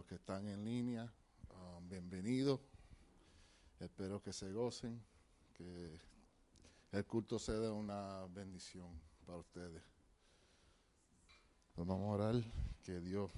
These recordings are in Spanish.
que están en línea, bienvenidos. Espero que se gocen, que el culto sea una bendición para ustedes. Nos vamos a orar, que Dios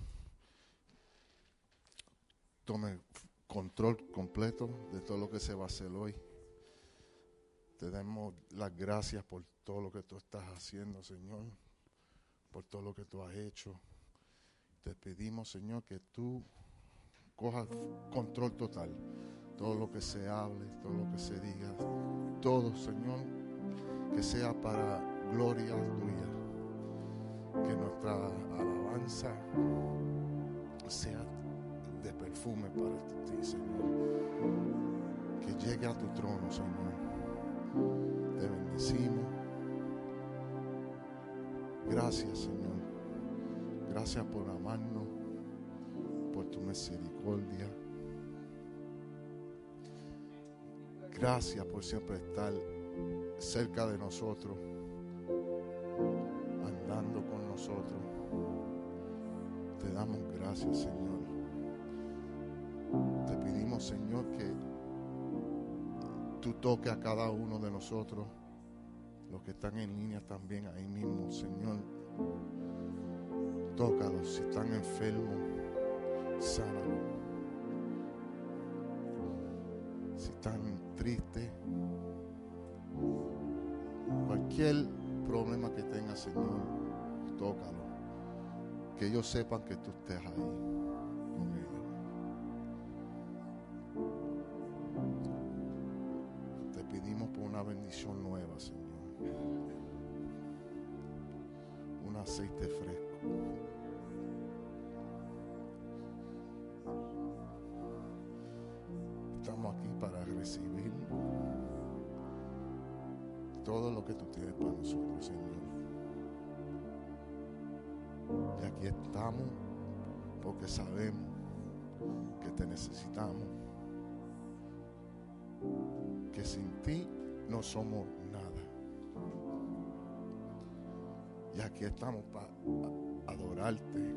tome control completo de todo lo que se va a hacer hoy. Te damos las gracias por todo lo que tú estás haciendo, Señor, por todo lo que tú has hecho. Te pedimos, Señor, que tú cojas control total. Todo lo que se hable, todo lo que se diga, todo, Señor, que sea para gloria tuya. Que nuestra alabanza sea de perfume para ti, Señor. Que llegue a tu trono, Señor. Te bendecimos. Gracias, Señor. Gracias por amarnos, por tu misericordia. Gracias por siempre estar cerca de nosotros, andando con nosotros. Te damos gracias, Señor. Te pedimos, Señor, que tú toques a cada uno de nosotros, los que están en línea también ahí mismo, Señor. Tócalos, si están enfermos, sánalos. Si están tristes, cualquier problema que tenga, Señor, tócalo. Que ellos sepan que tú estés ahí con ellos. Te pedimos por una bendición nueva, Señor. Un aceite fresco. Estamos aquí para recibir todo lo que tú tienes para nosotros, Señor. Y aquí estamos porque sabemos que te necesitamos, que sin ti no somos nada. Y aquí estamos para adorarte.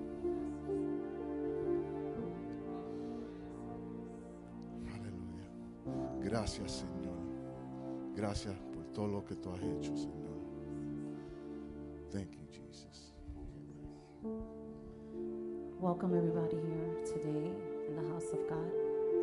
Aleluya. Gracias, Señor. Gracias por todo lo que tú has hecho, Señor. Thank you, Jesus. Welcome everybody here today in the house of God.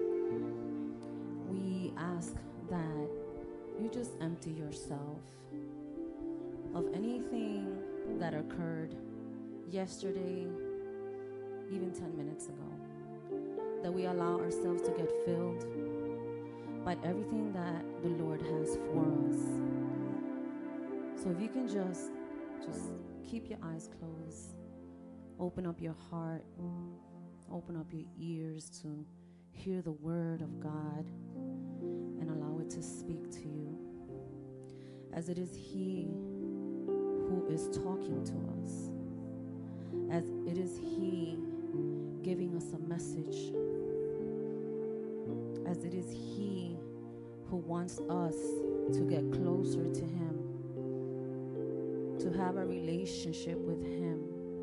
We ask that you just empty yourself of anything that occurred yesterday, even 10 minutes ago. That we allow ourselves to get filled by everything that the Lord has for us. So if you can just keep your eyes closed. Open up your heart, open up your ears to hear the word of God and allow it to speak to you. As it is He who is talking to us, as it is He giving us a message, as it is He who wants us to get closer to Him, to have a relationship with Him.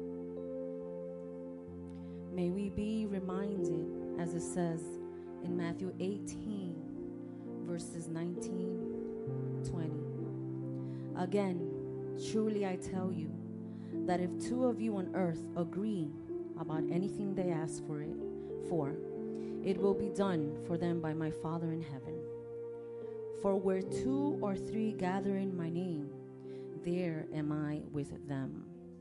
May we be reminded, as it says in Matthew 18, verses 19, 20. Again, truly I tell you that if two of you on earth agree about anything they ask for, it will be done for them by my Father in heaven. For where two or three gather in my name, there am I with them.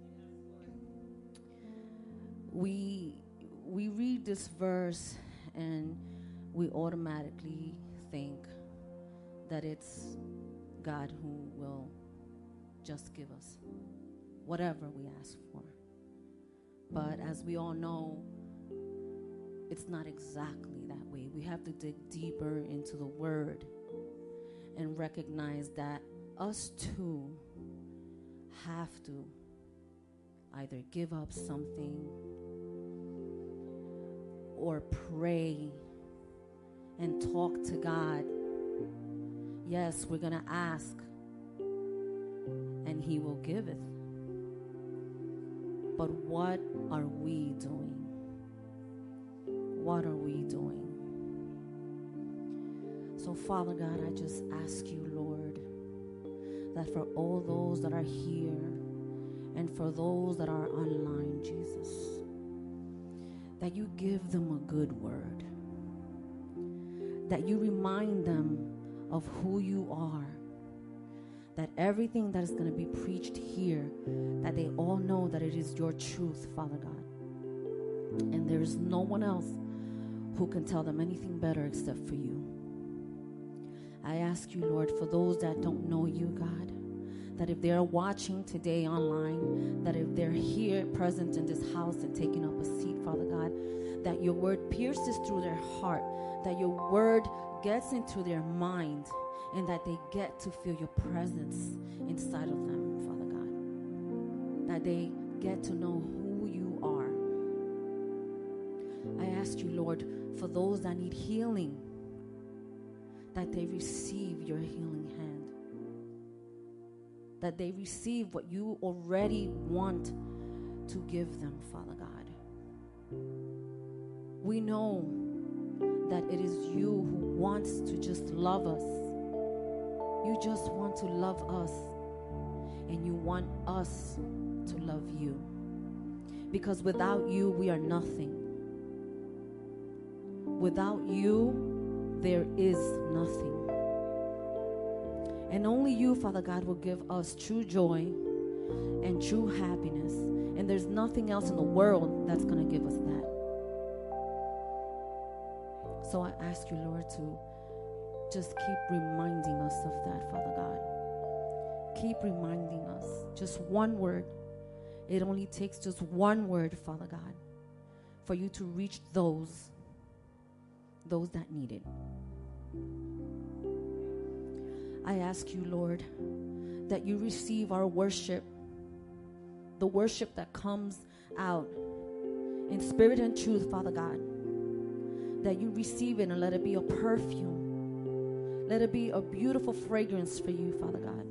We read this verse and we automatically think that it's God who will just give us whatever we ask for. But as we all know, it's not exactly that way. We have to dig deeper into the Word and recognize that us too have to either give up something or pray and talk to God. Yes, we're going to ask and He will giveth. But what are we doing? what are we doing? So, Father God, I just ask you, Lord, that for all those that are here and for those that are online, Jesus, that you give them a good word, that you remind them of who you are, that everything that is going to be preached here, that they all know that it is your truth, Father God. And there is no one else who can tell them anything better except for you. I ask you, Lord, for those that don't know you, God, that if they're watching today online, that if they're here present in this house and taking up a seat, Father God, that your word pierces through their heart, that your word gets into their mind, and that they get to feel your presence inside of them, Father God, that they get to know who you are. I ask you, Lord, for those that need healing, that they receive your healing hand, that they receive what you already want to give them, Father God. We know that it is you who wants to just love us. You just want to love us, and you want us to love you. Because without you, we are nothing. Without you, there is nothing. And only you, Father God, will give us true joy and true happiness. And there's nothing else in the world that's going to give us that. So I ask you, Lord, to just keep reminding us of that, Father God. Keep reminding us. Just one word. It only takes just one word, Father God, for you to reach those that need it. I ask you, Lord, that you receive our worship, the worship that comes out in spirit and truth, Father God, that you receive it and let it be a perfume. Let it be a beautiful fragrance for you, Father God.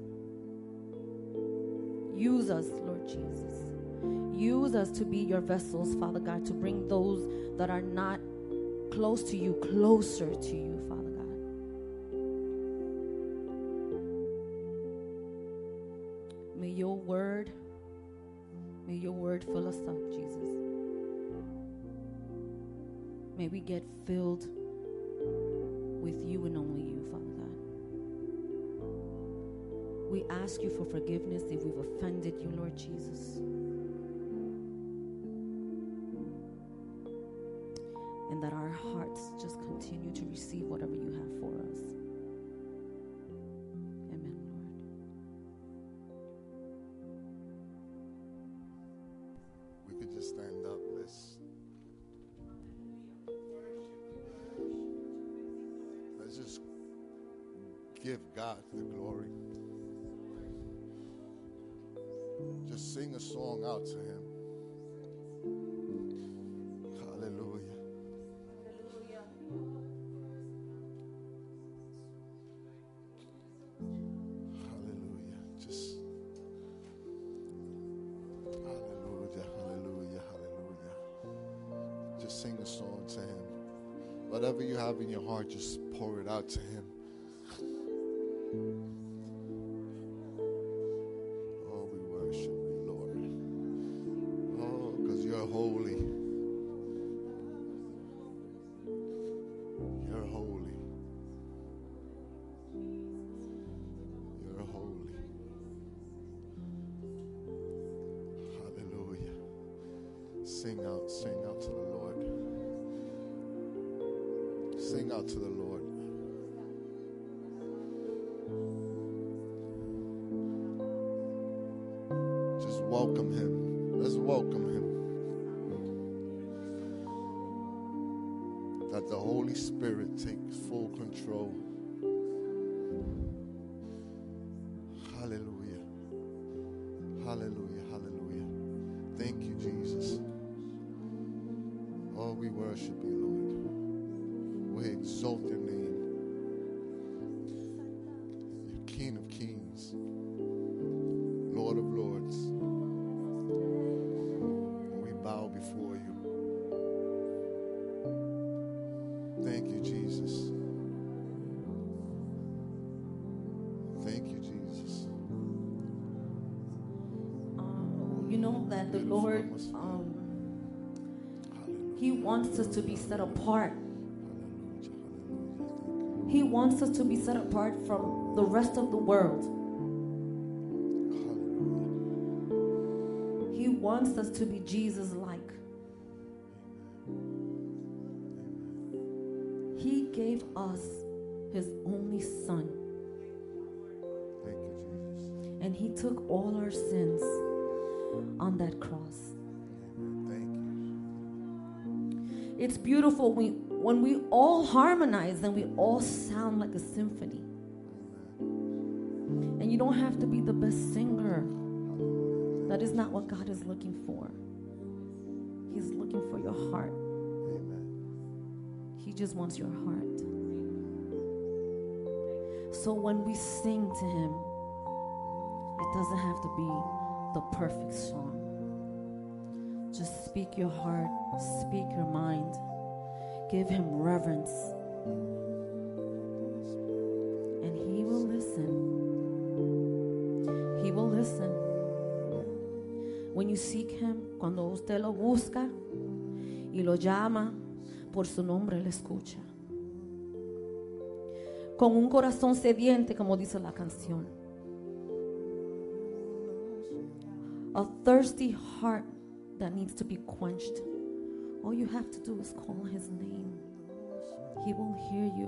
Use us, Lord Jesus. Use us to be your vessels, Father God, to bring those that are not close to you closer to you, Father God. May your word fill us up, Jesus. May we get filled with you and only you, Father God. We ask you for forgiveness if we've offended you, Lord Jesus. And that our hearts just continue to receive whatever you have for us. Amen, Lord. We could just stand up. Let's just give God the glory. Just sing a song out to him. Hallelujah. Hallelujah. Just hallelujah, hallelujah, hallelujah. Just sing a song to him. Whatever you have in your heart, just pour it out to him. Oh, we worship you, Lord. Oh, because you're holy. You're holy. You're holy. Hallelujah. Sing out to the Lord. Sing out to the Lord. Just welcome him. Let's welcome him. That the Holy Spirit takes full control. Hallelujah. Hallelujah. Hallelujah. Thank you, Jesus. Oh, we worship you, Lord. We exalt your name. You're King of Kings, Lord of Lords. And we bow before you. know that the Lord, He wants us to be set apart. He wants us to be set apart from the rest of the world. He wants us to be Jesus-like. He gave us His only Son. Thank you, Jesus. And He took all our sins on that cross. Thank you. It's beautiful when we all harmonize and we all sound like a symphony. And you don't have to be the best singer. That is not what God is looking for. He's looking for your heart. Amen. He just wants your heart. So when we sing to Him, it doesn't have to be the perfect song. Just speak your heart, speak your mind, give Him reverence, and He will listen. He will listen. When you seek Him, cuando usted lo busca y lo llama por su nombre, Él escucha. Con un corazón sediente, como dice la canción. A thirsty heart that needs to be quenched. All you have to do is call His name. He will hear you.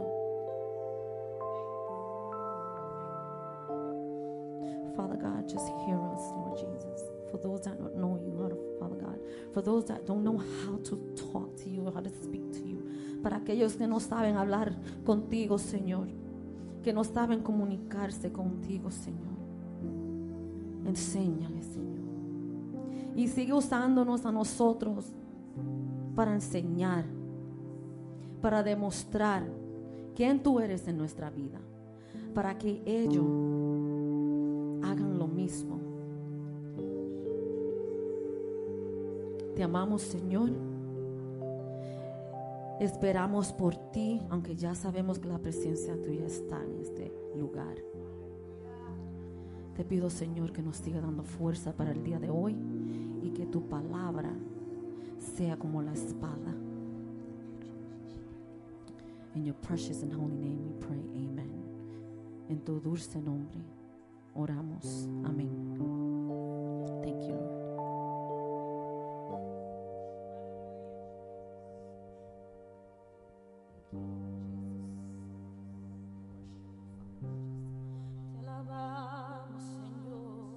Father God, just hear us, Lord Jesus. For those that don't know you, Father God. For those that don't know how to talk to you, how to speak to you. Para aquellos que no saben hablar contigo, Señor. Que no saben comunicarse contigo, Señor. Enséñale, Señor. Y sigue usándonos a nosotros para enseñar, para demostrar quién tú eres en nuestra vida, para que ellos hagan lo mismo. Te amamos, Señor. Esperamos por ti, aunque ya sabemos que la presencia tuya está en este lugar. Te pido, Señor, que nos siga dando fuerza para el día de hoy y que tu palabra sea como la espada. In your precious and holy name we pray, amen. En tu dulce nombre oramos, amén. Thank you, Lord. Te alabamos, Señor.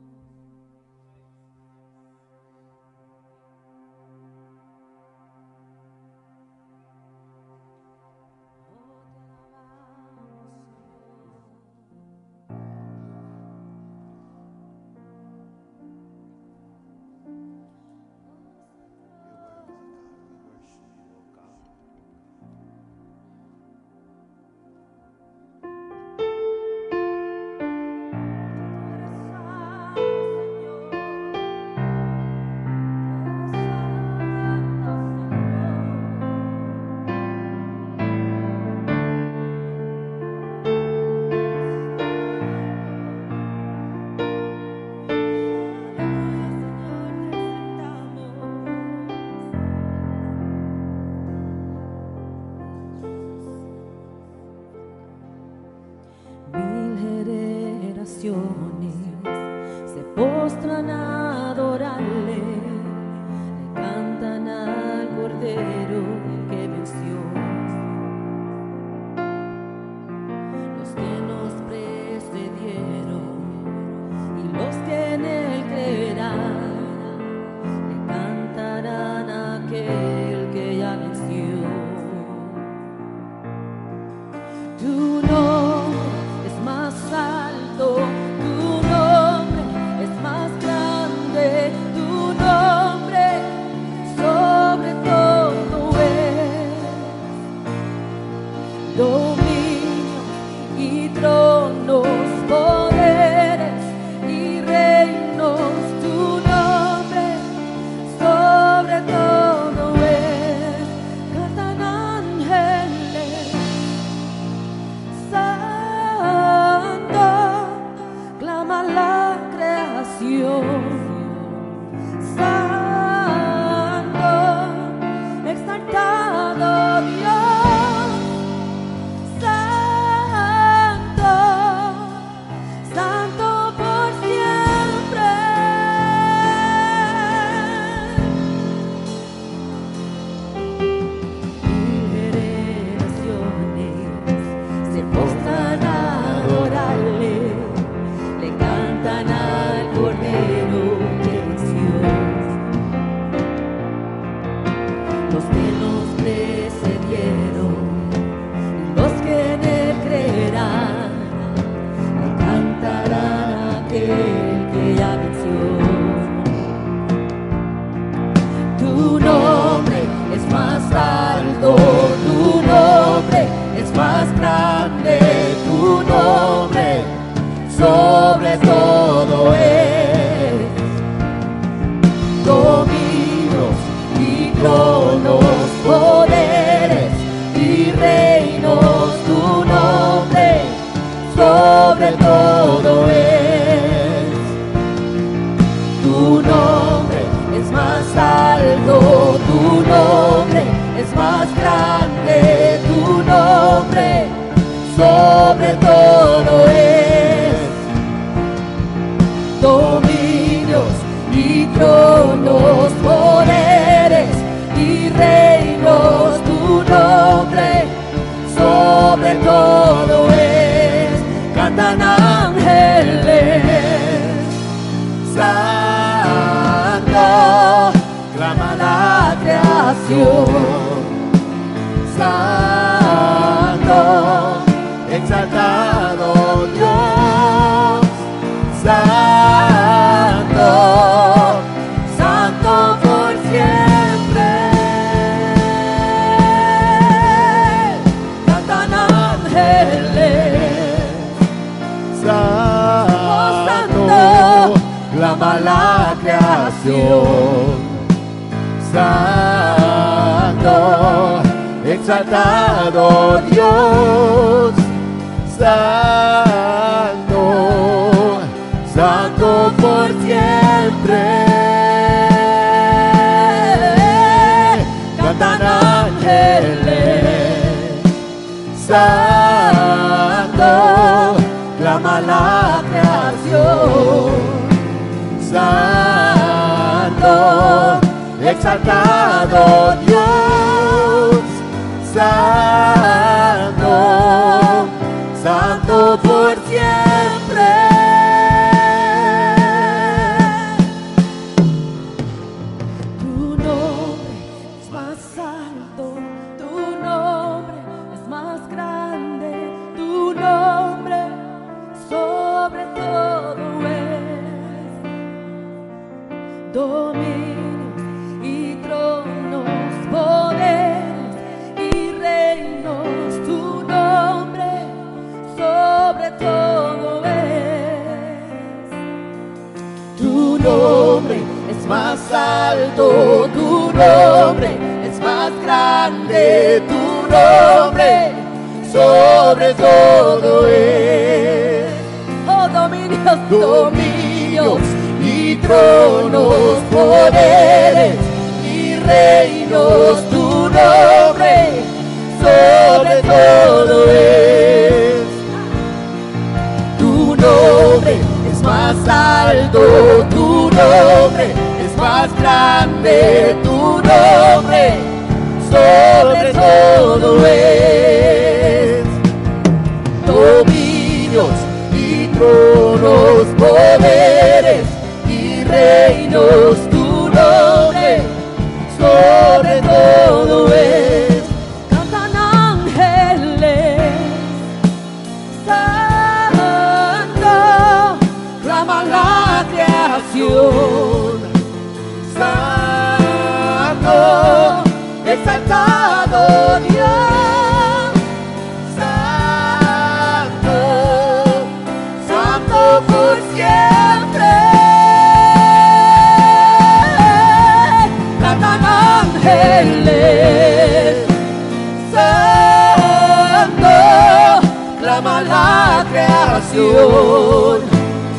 Se postran a adorarle, le cantan al Cordero que venció. Los que nos precedieron y los que en Él creerán, le cantarán a aquel que ya venció. Tu nombre es más alto, tu nombre es más grande, tu nombre sobre todo es dominio y tronos, poderes y reinos, tu nombre sobre todo es. Cantan ángeles, santo, clama la creación, ya venció. Tu nombre es más alto, tu nombre es más grande, tu nombre sobre todo es. Dominios y tronos, poderes y reinos, tu nombre sobre todo es. Tu nombre es más alto, tu nombre es más grande, tu nombre sobre todo es. Dominios y tronos, poderes y reinos, tu nombre sobre todo es. Cantan ángeles, santo, clama la creación, santo, exaltado Dios, santo, santo por siempre. Cantan ángeles, santo, clama la creación, santo, exaltado Dios, santo, santo por siempre. cantan ángeles, Santo, clama la creación, santo, exaltado Dios, santo, santo por siempre. tu nombre es más alto, tu nombre es más grande, tu nombre sobre todo es. Dominios y tronos, poderes y reinos, tu nombre sobre todo es. Tu nombre es más alto, tu nombre es más grande, tu nombre sobre todo es. Oh, dominios, Dominios y tronos, poderes y reinos, tu nombre sobre todo es. Tu nombre es más alto, tu nombre es más grande, tu nombre sobre todo es. Dominios y tronos, poderes y reinos, tu nombre sobre todo es. cantan ángeles, santo, Clama la creación, santo, exaltado Dios, santo, santo por siempre. Cantan ángeles, santo, clama la creación,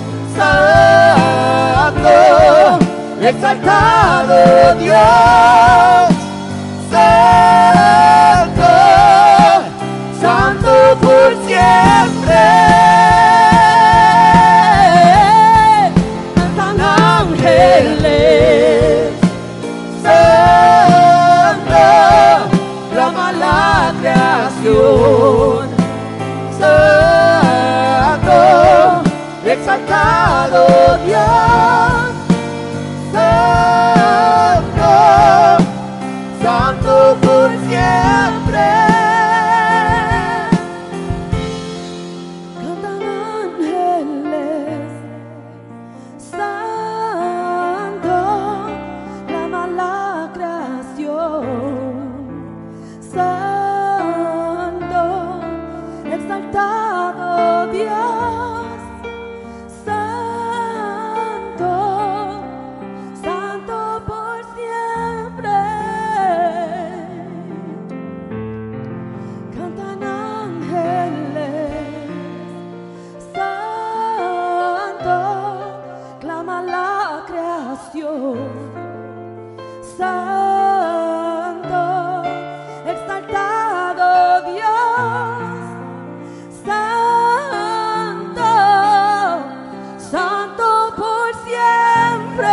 santo, exaltado Dios, santo, santo por siempre. cantan Ángeles, santo, clama la creación, santo, exaltado Dios, santo, santo por siempre. cantan ángeles, por siempre.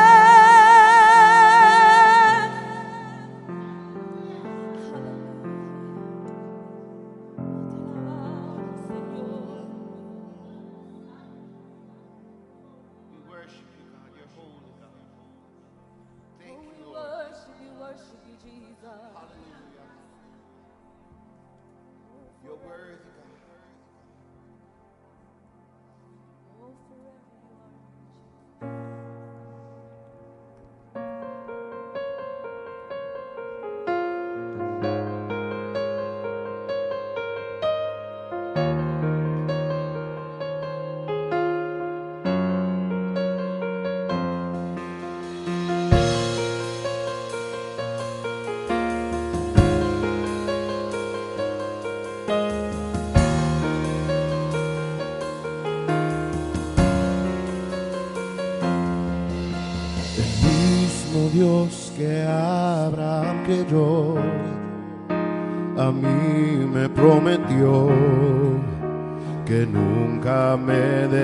Dios que Abraham creyó, a mí me prometió que nunca me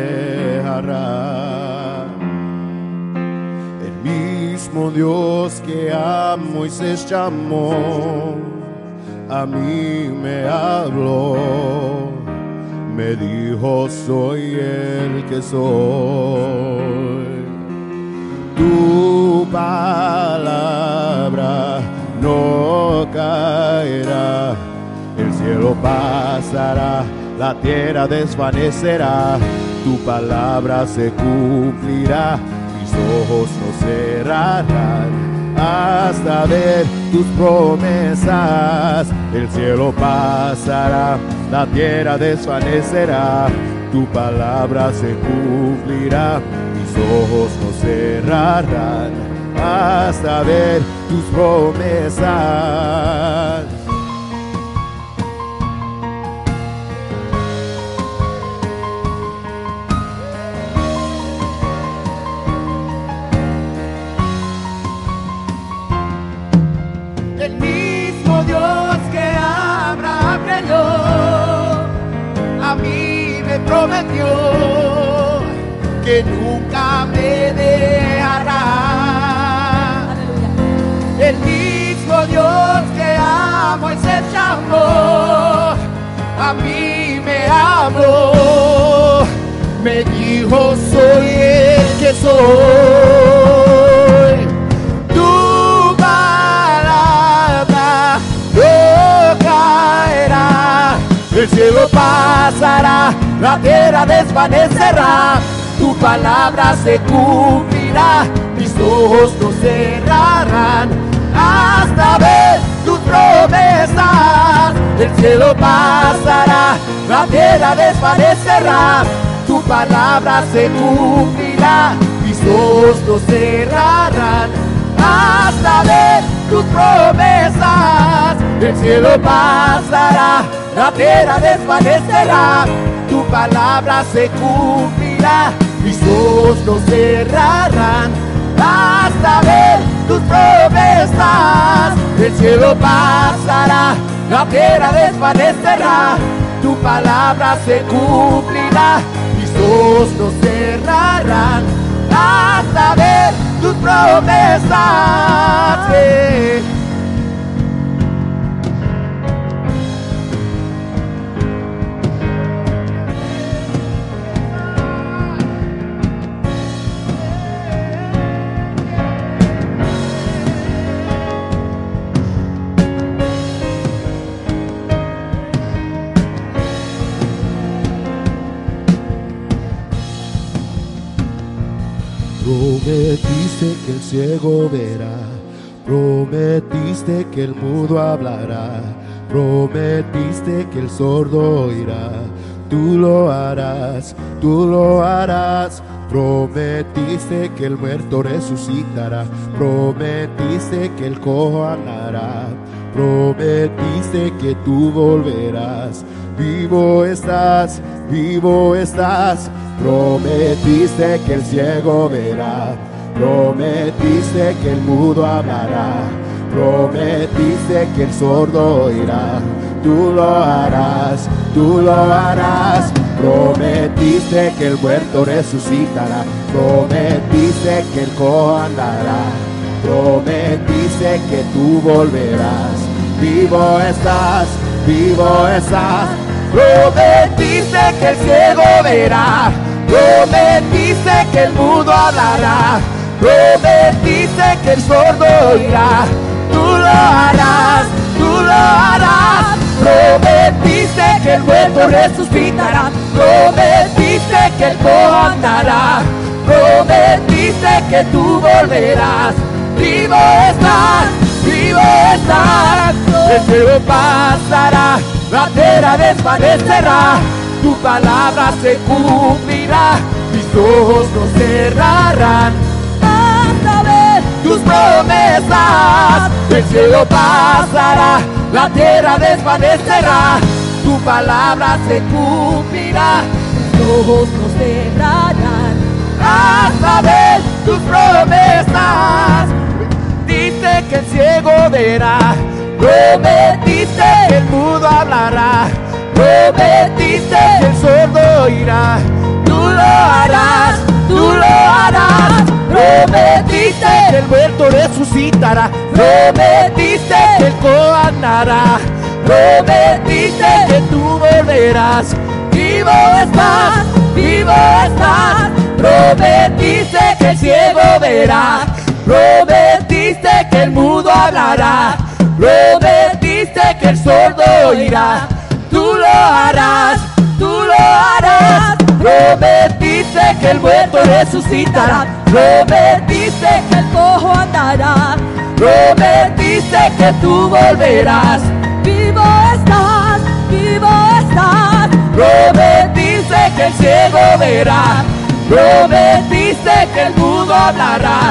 dejará. El mismo Dios que a Moisés llamó, a mí me habló, me dijo soy el que soy. Tu palabra no caerá, el cielo pasará, la tierra desvanecerá, tu palabra se cumplirá, mis ojos no cerrarán hasta ver tus promesas. El cielo pasará, la tierra desvanecerá, tu palabra se cumplirá, mis ojos no cerrarán hasta ver tus promesas. El mismo Dios que Abraham creyó, a mí me prometió que nunca me dejará. El mismo Dios que a Moisés llamó, a mí me habló, me dijo soy el que soy. Tu palabra no caerá, el cielo pasará, la tierra desvanecerá, tu palabra se cumplirá, mis ojos no cerrarán hasta ver tus promesas. El cielo pasará, la tierra desvanecerá, tu palabra se cumplirá, mis ojos no cerrarán hasta ver tus promesas. El cielo pasará, la tierra desvanecerá, tu palabra se cumplirá, mis ojos no cerrarán hasta ver tus promesas. El cielo pasará, la tierra desvanecerá, tu palabra se cumplirá, mis ojos no cerrarán hasta ver tus promesas. Prometiste que el ciego verá, prometiste que el mudo hablará, prometiste que el sordo oirá, tú lo harás, tú lo harás. Prometiste que el muerto resucitará, prometiste que el cojo andará, prometiste que tú volverás. Vivo estás, vivo estás. Prometiste que el ciego verá, prometiste que el mudo hablará, prometiste que el sordo oirá, tú lo harás, tú lo harás. Prometiste que el muerto resucitará. Prometiste que el cojo andará. Prometiste que tú volverás. Vivo estás, vivo estás. Prometiste que el ciego verá. Prometiste que el mudo hablará. Prometiste que el sordo oirá. Tú lo harás, tú lo harás. Prometiste que el muerto resucitará. Prometiste que el cojo andará. Prometiste que tú volverás. Vivo estás, vivo estás. El cielo pasará, la tierra desvanecerá. Tu palabra se cumplirá, mis ojos no cerrarán hasta ver tus promesas. El cielo pasará, la tierra desvanecerá. Tu palabra se cumplirá, mis ojos no cerrarán hasta ver tus promesas. Dice que el ciego verá. Prometiste que el mudo hablará. Prometiste que el sordo oirá. Tú lo harás, tú lo harás. Prometiste que el muerto resucitará. Prometiste que el cojo andará. Prometiste que tú volverás. Vivo estás, vivo estás. Prometiste que el ciego verá. Prometiste que el mudo hablará. Prometiste que el sordo oirá. Tú lo harás, tú lo harás. Prometiste que el muerto resucitará. Prometiste que el cojo andará. Prometiste que tú volverás. Vivo estás, vivo estás. Prometiste que el ciego verá. Prometiste que el mudo hablará.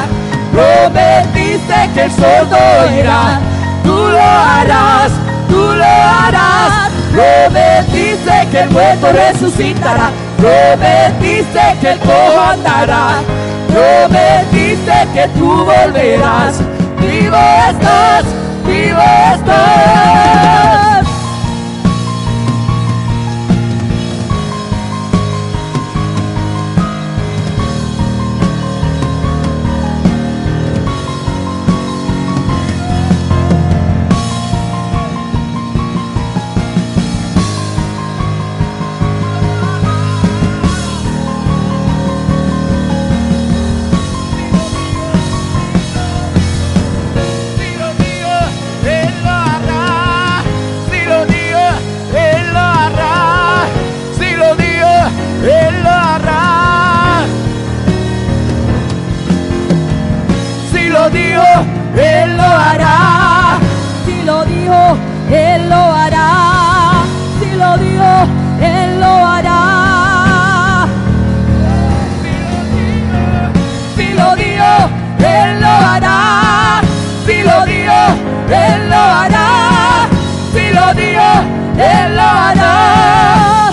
Prometiste que el sordo oirá. Tú lo harás, tú lo harás. Prometiste que el muerto resucitará. Prometiste que el cojo andará. Prometiste que tú volverás. Vivo estás, vivo estás. Él lo hará. Si lo dijo, Él lo hará. Si lo dijo, Él lo hará. Si lo dijo, Él lo hará. Si lo dijo, Él lo hará. Si lo dijo, Él lo hará.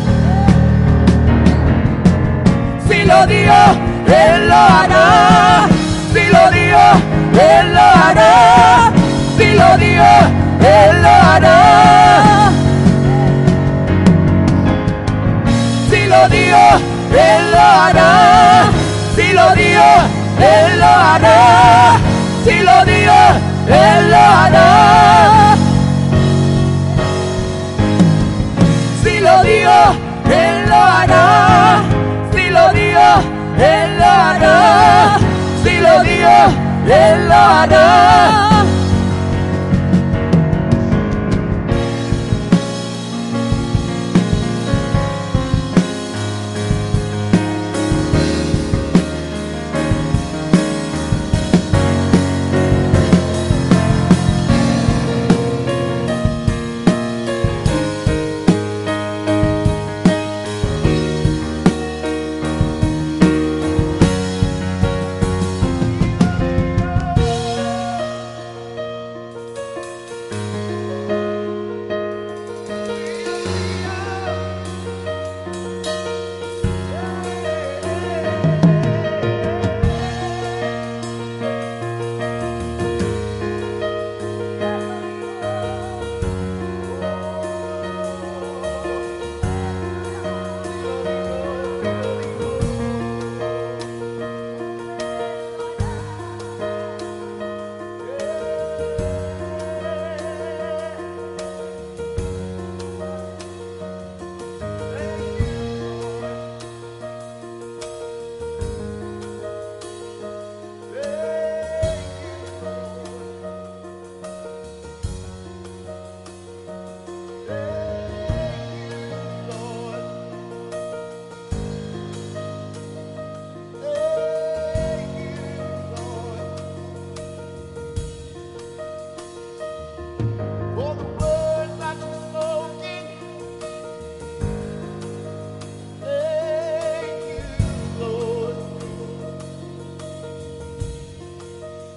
Si lo dijo, Él lo hará. Si lo dijo, Él lo hará. Si lo dijo, Él lo hará. Si lo dijo, Él lo hará. Si lo dijo, Él lo hará. Si lo dijo, Él lo hará. Si lo dijo, Él lo hará. Si lo dijo, Él lo hará. Si lo dijo, Él lo hará.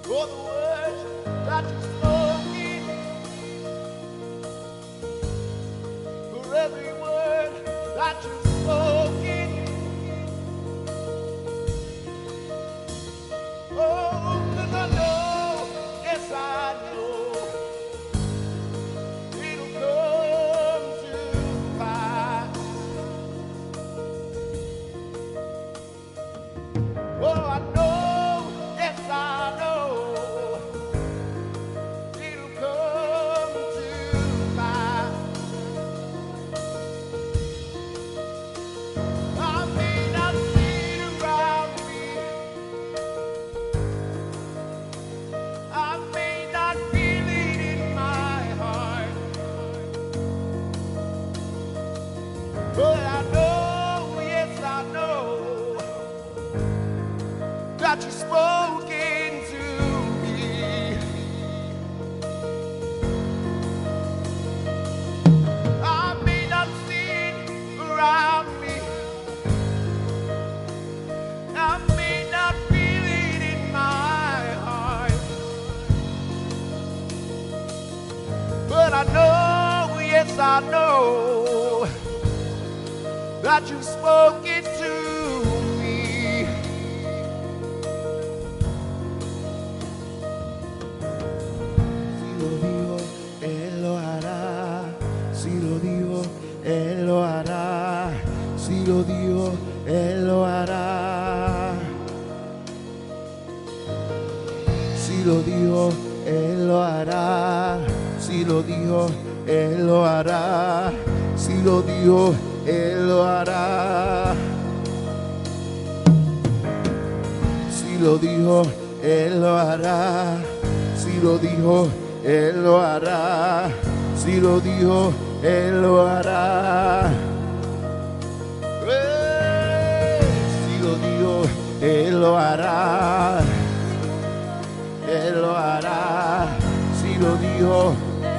for the words that you spoken, for every word that you've spoken. Oh, 'cause I know, yes I know, it'll come to pass. Oh, I know, yes I know, it'll come to pass. I may not see it around me, I may not feel it in my heart, but I know, yes I know, that you've spoken to me. I may not see it around me, I may not feel it in my heart, but I know, yes I know, that you've spoken to me. Si lo dijo, Él lo hará. Si lo dijo, Él lo hará. Si lo dijo, Él lo hará. Si lo dijo, Él lo hará. Si lo dijo, Él lo hará. Si lo dijo, Él lo hará. Si lo dijo, Él lo hará. Si lo dijo, Él lo hará. Si lo dijo, Él lo hará. Si lo dijo, Él lo hará. Él lo hará. Si lo dijo,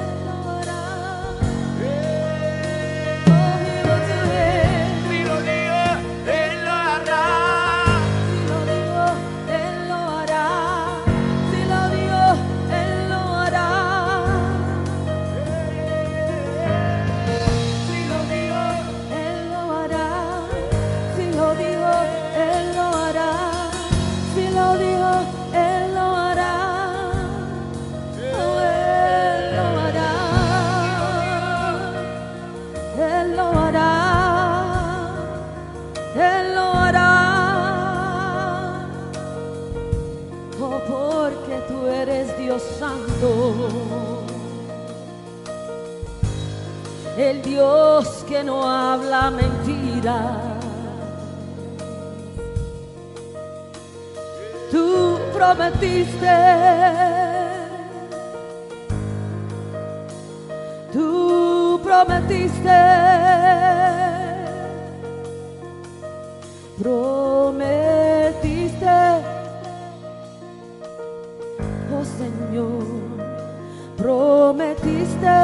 Santo, el Dios que no habla mentira. Tú prometiste, tú prometiste, prometiste. Oh Señor, prometiste,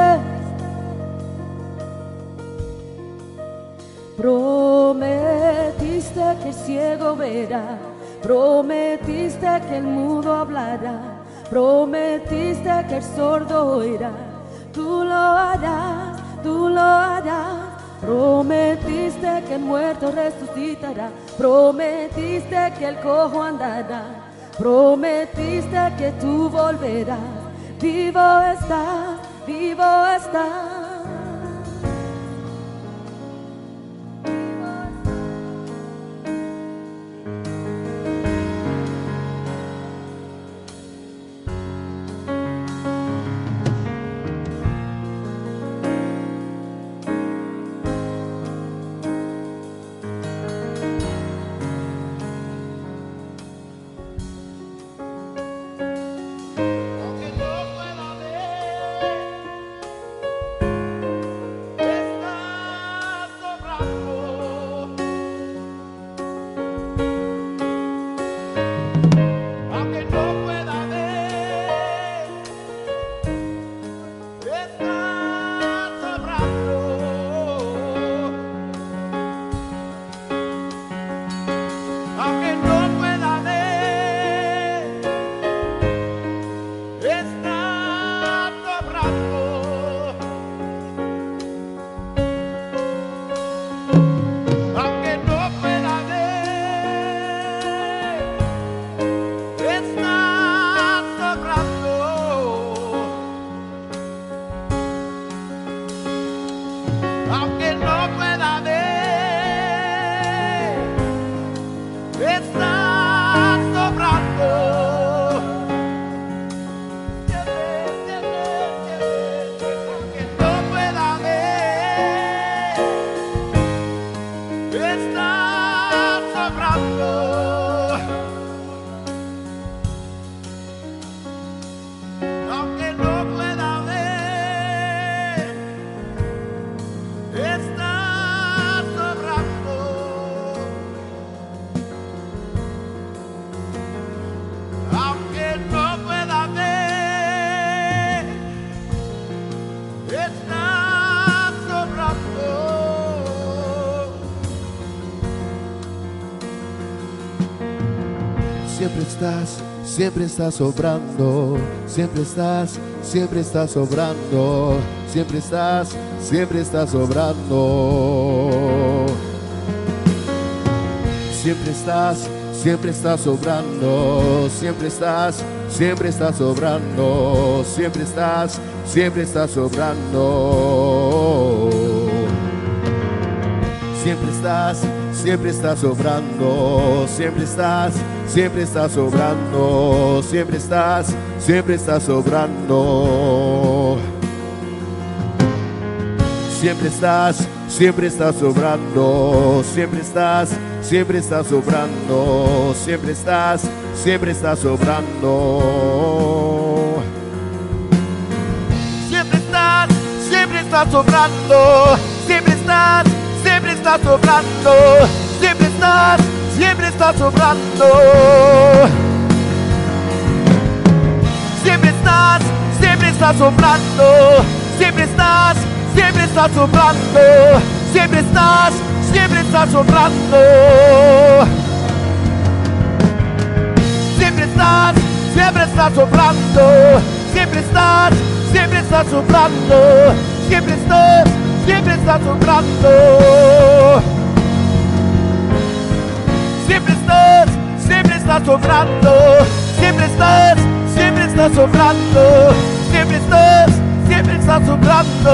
prometiste que el ciego verá, prometiste que el mudo hablará, prometiste que el sordo oirá. Tú lo harás, tú lo harás. Prometiste que el muerto resucitará, prometiste que el cojo andará, prometiste que tú volverás. Vivo estás, vivo estás. siempre estás obrando, siempre estás obrando, siempre estás obrando. Siempre estás obrando, siempre estás obrando, siempre estás obrando. Siempre estás obrando, siempre estás obrando, siempre estás obrando. Siempre estás obrando, siempre estás obrando, siempre estás obrando. Siempre estás obrando, siempre estás obrando, siempre estás obrando. Siempre estás obrando, siempre estás obrando, siempre estás obrando. Siempre estás obrando, siempre estás obrando, siempre estás obrando. Siempre estás obrando, siempre estás obrando, siempre estás obrando.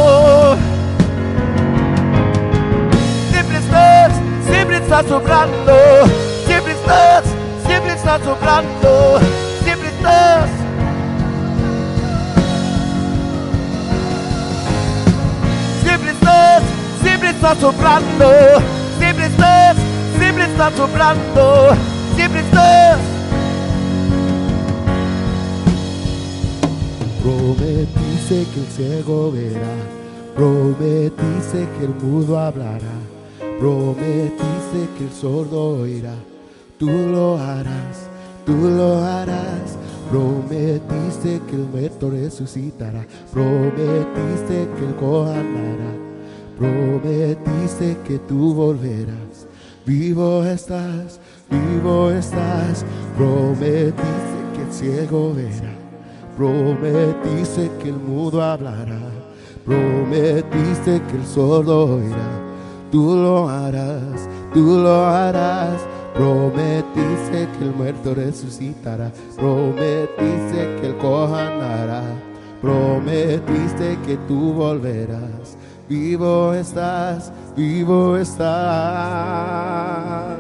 Siempre estás obrando, siempre estás obrando, siempre estás. Siempre estás obrando, siempre estás obrando, siempre estás. Prometiste que el ciego verá, prometiste que el mudo hablará, prometiste que el sordo oirá. Tú lo harás, prometiste que el muerto resucitará, prometiste que el cojo andará, prometiste que tú volverás. Vivo estás, prometiste que el ciego verá, prometiste que el mudo hablará, prometiste que el sordo oirá. Tú lo harás, prometiste que el muerto resucitará, prometiste que el cojo andará, prometiste que tú volverás. Vivo estás, vivo estás.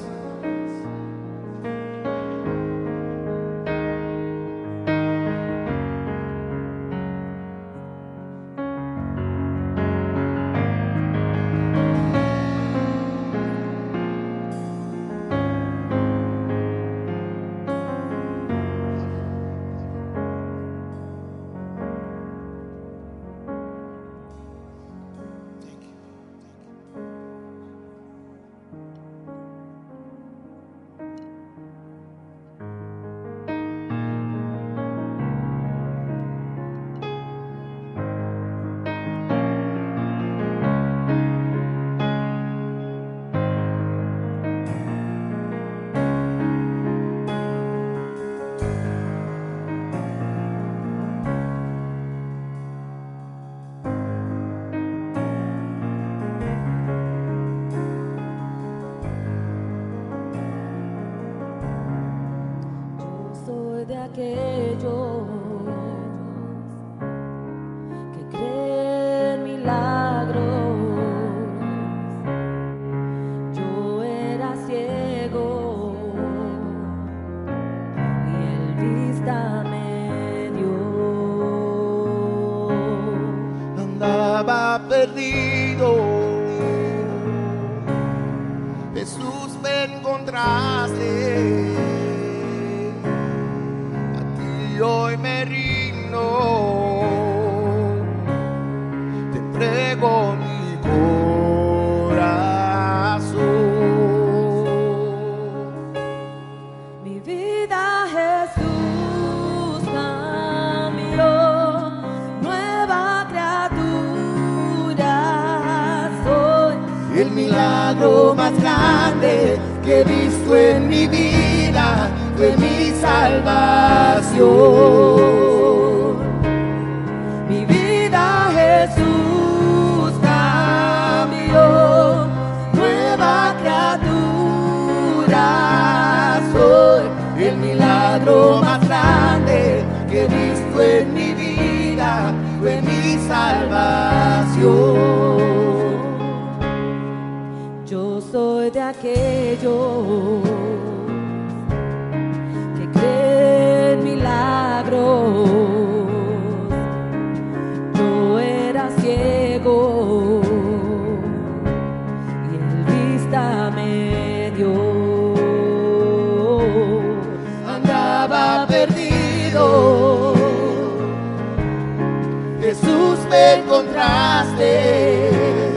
Aquellos que creen milagros. Yo era ciego y Él vista me dio. Andaba perdido, Jesús me encontraste. Hoy me rindo, te entrego mi corazón. Mi vida Jesús cambió, nueva criatura soy. El milagro más grande que he visto en mi vida fue mi salvación. Mi vida Jesús cambió, nueva criatura soy, el milagro más grande que he visto en mi vida fue mi salvación. Yo soy de aquellos que creen milagros. Yo era ciego y Él vista me dio. Andaba perdido, Jesús me encontraste.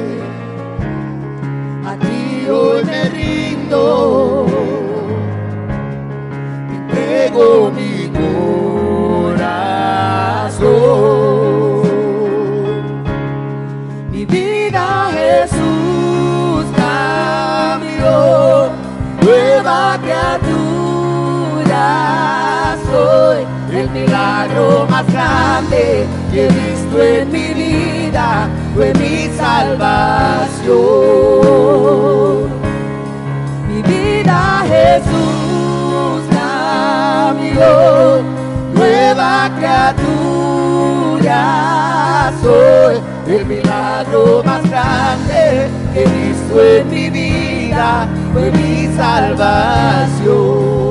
A ti hoy me rindo, te entrego mi corazón. Mi vida Jesús cambió, nueva criatura soy, el milagro más grande que he visto en mi vida fue mi salvación. Mi vida Jesús cambió, nueva criatura soy, el milagro más grande que he visto en mi vida fue mi salvación.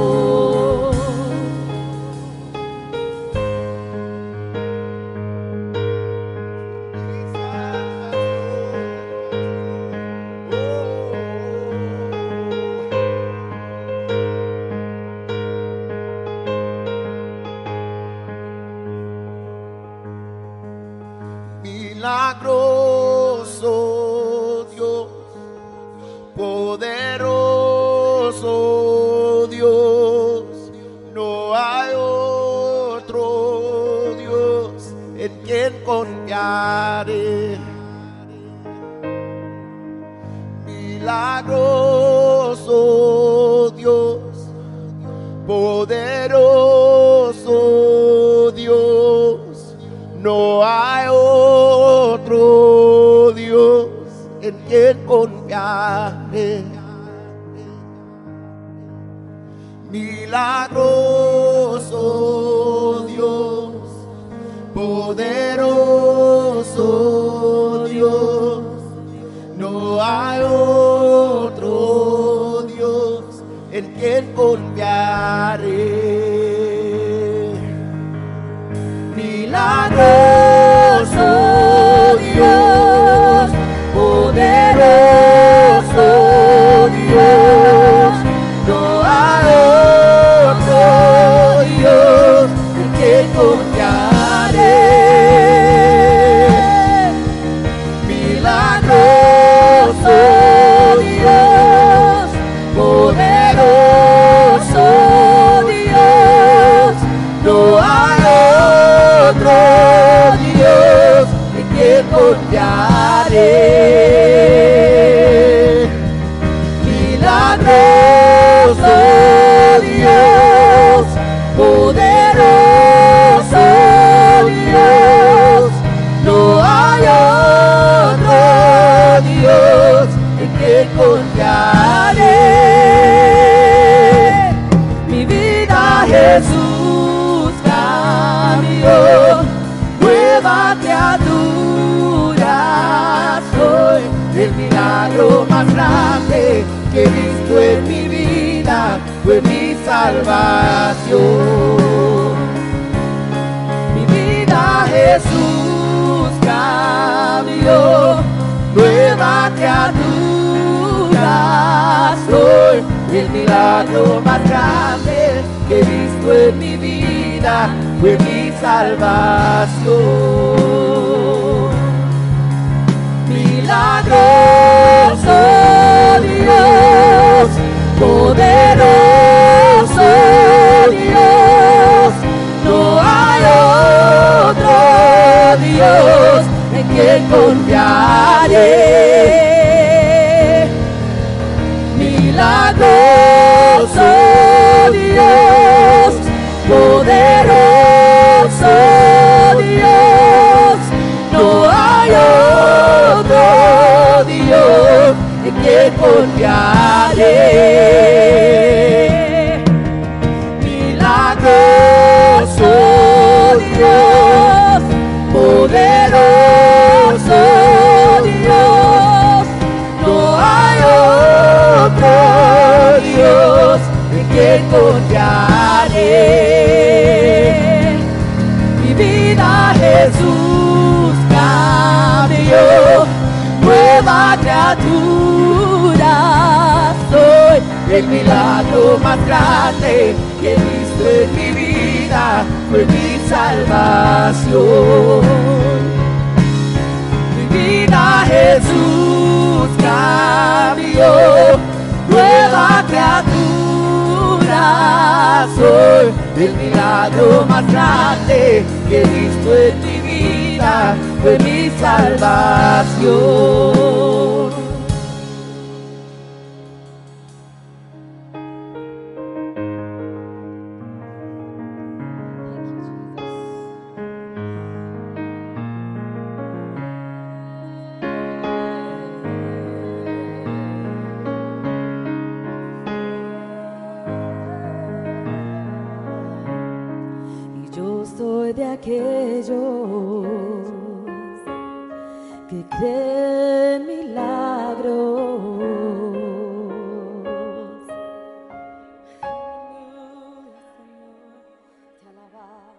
Milagroso Dios, poderoso Dios, no hay otro Dios en quien confiaré. Milagroso Dios, poderoso Dios, no hay otro Dios en quien confiaré. Milagroso Dios, poderoso Dios, no hay otro Dios en quien confiaré. Milagroso Dios, poderoso Dios, no hay otro Dios en quien confiaré. Milagroso Dios, poderoso Dios, no hay otro Dios en quien confiaré. Milagroso Dios, poderoso Dios, no hay otro Dios en quien confiaré. Mi vida Jesús cambió, nueva criatura soy, el milagro más grande que he visto en mi vida fue mi salvación. Mi vida Jesús cambió, nueva criatura soy, el milagro más grande que he visto en mi vida fue mi salvación. Milagroso Dios, poderoso Dios, no hay otro Dios en quien confiaré. Milagroso Dios, poderoso Dios, no hay otro Dios en quien confiaré. Milagroso Dios, poderoso Dios, no hay otro Dios en quien confiaré. Mi vida Jesús cambió, nueva criatura soy, el milagro más grande que he visto en mi vida fue mi salvación. Mi vida Jesús cambió, nueva criatura soy, el milagro más grande que he visto en mi vida fue mi salvación. De aquellos que creen milagros. Te alabamos.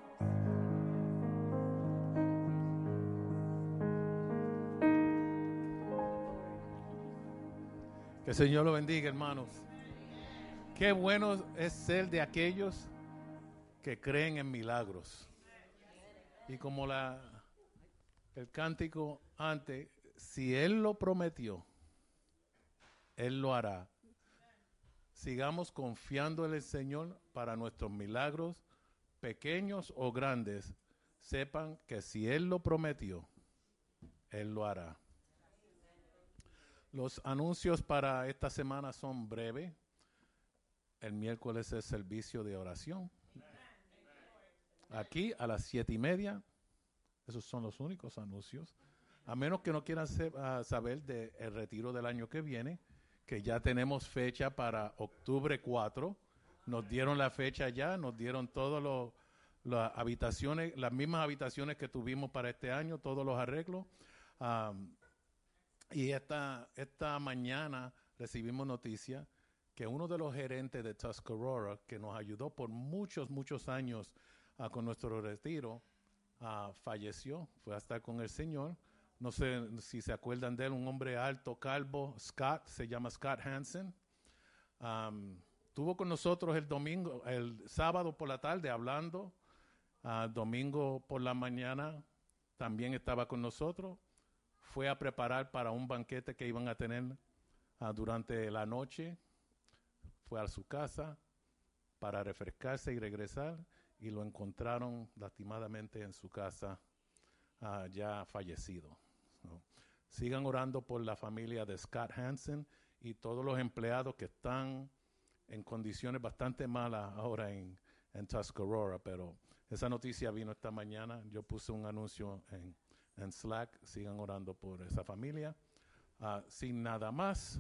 Que el Señor lo bendiga, hermanos. Qué bueno es ser de aquellos que creen en milagros. Y como el cántico antes, si Él lo prometió, Él lo hará. Sigamos confiando en el Señor para nuestros milagros, pequeños o grandes. Sepan que si Él lo prometió, Él lo hará. Los anuncios para esta semana son breves. El miércoles es servicio de oración. Aquí a las 7:30, esos son los únicos anuncios. A menos que no quieran saber del retiro del año que viene, que ya tenemos fecha para octubre 4. Nos dieron la fecha ya, nos dieron todas las habitaciones, las mismas habitaciones que tuvimos para este año, todos los arreglos. Y esta mañana recibimos noticia que uno de los gerentes de Tuscarora, que nos ayudó por muchos años con nuestro retiro, falleció, fue a estar con el Señor. No sé si se acuerdan de él, un hombre alto, calvo, Scott, se llama Scott Hansen. Estuvo con nosotros el sábado por la tarde hablando, domingo por la mañana también estaba con nosotros. Fue a preparar para un banquete que iban a tener durante la noche. Fue a su casa para refrescarse y regresar. Y lo encontraron lastimadamente en su casa, ya fallecido. Sigan orando por la familia de Scott Hansen y todos los empleados que están en condiciones bastante malas ahora en Tuscarora. Pero esa noticia vino esta mañana. Yo puse un anuncio en Slack. Sigan orando por esa familia. Sin nada más.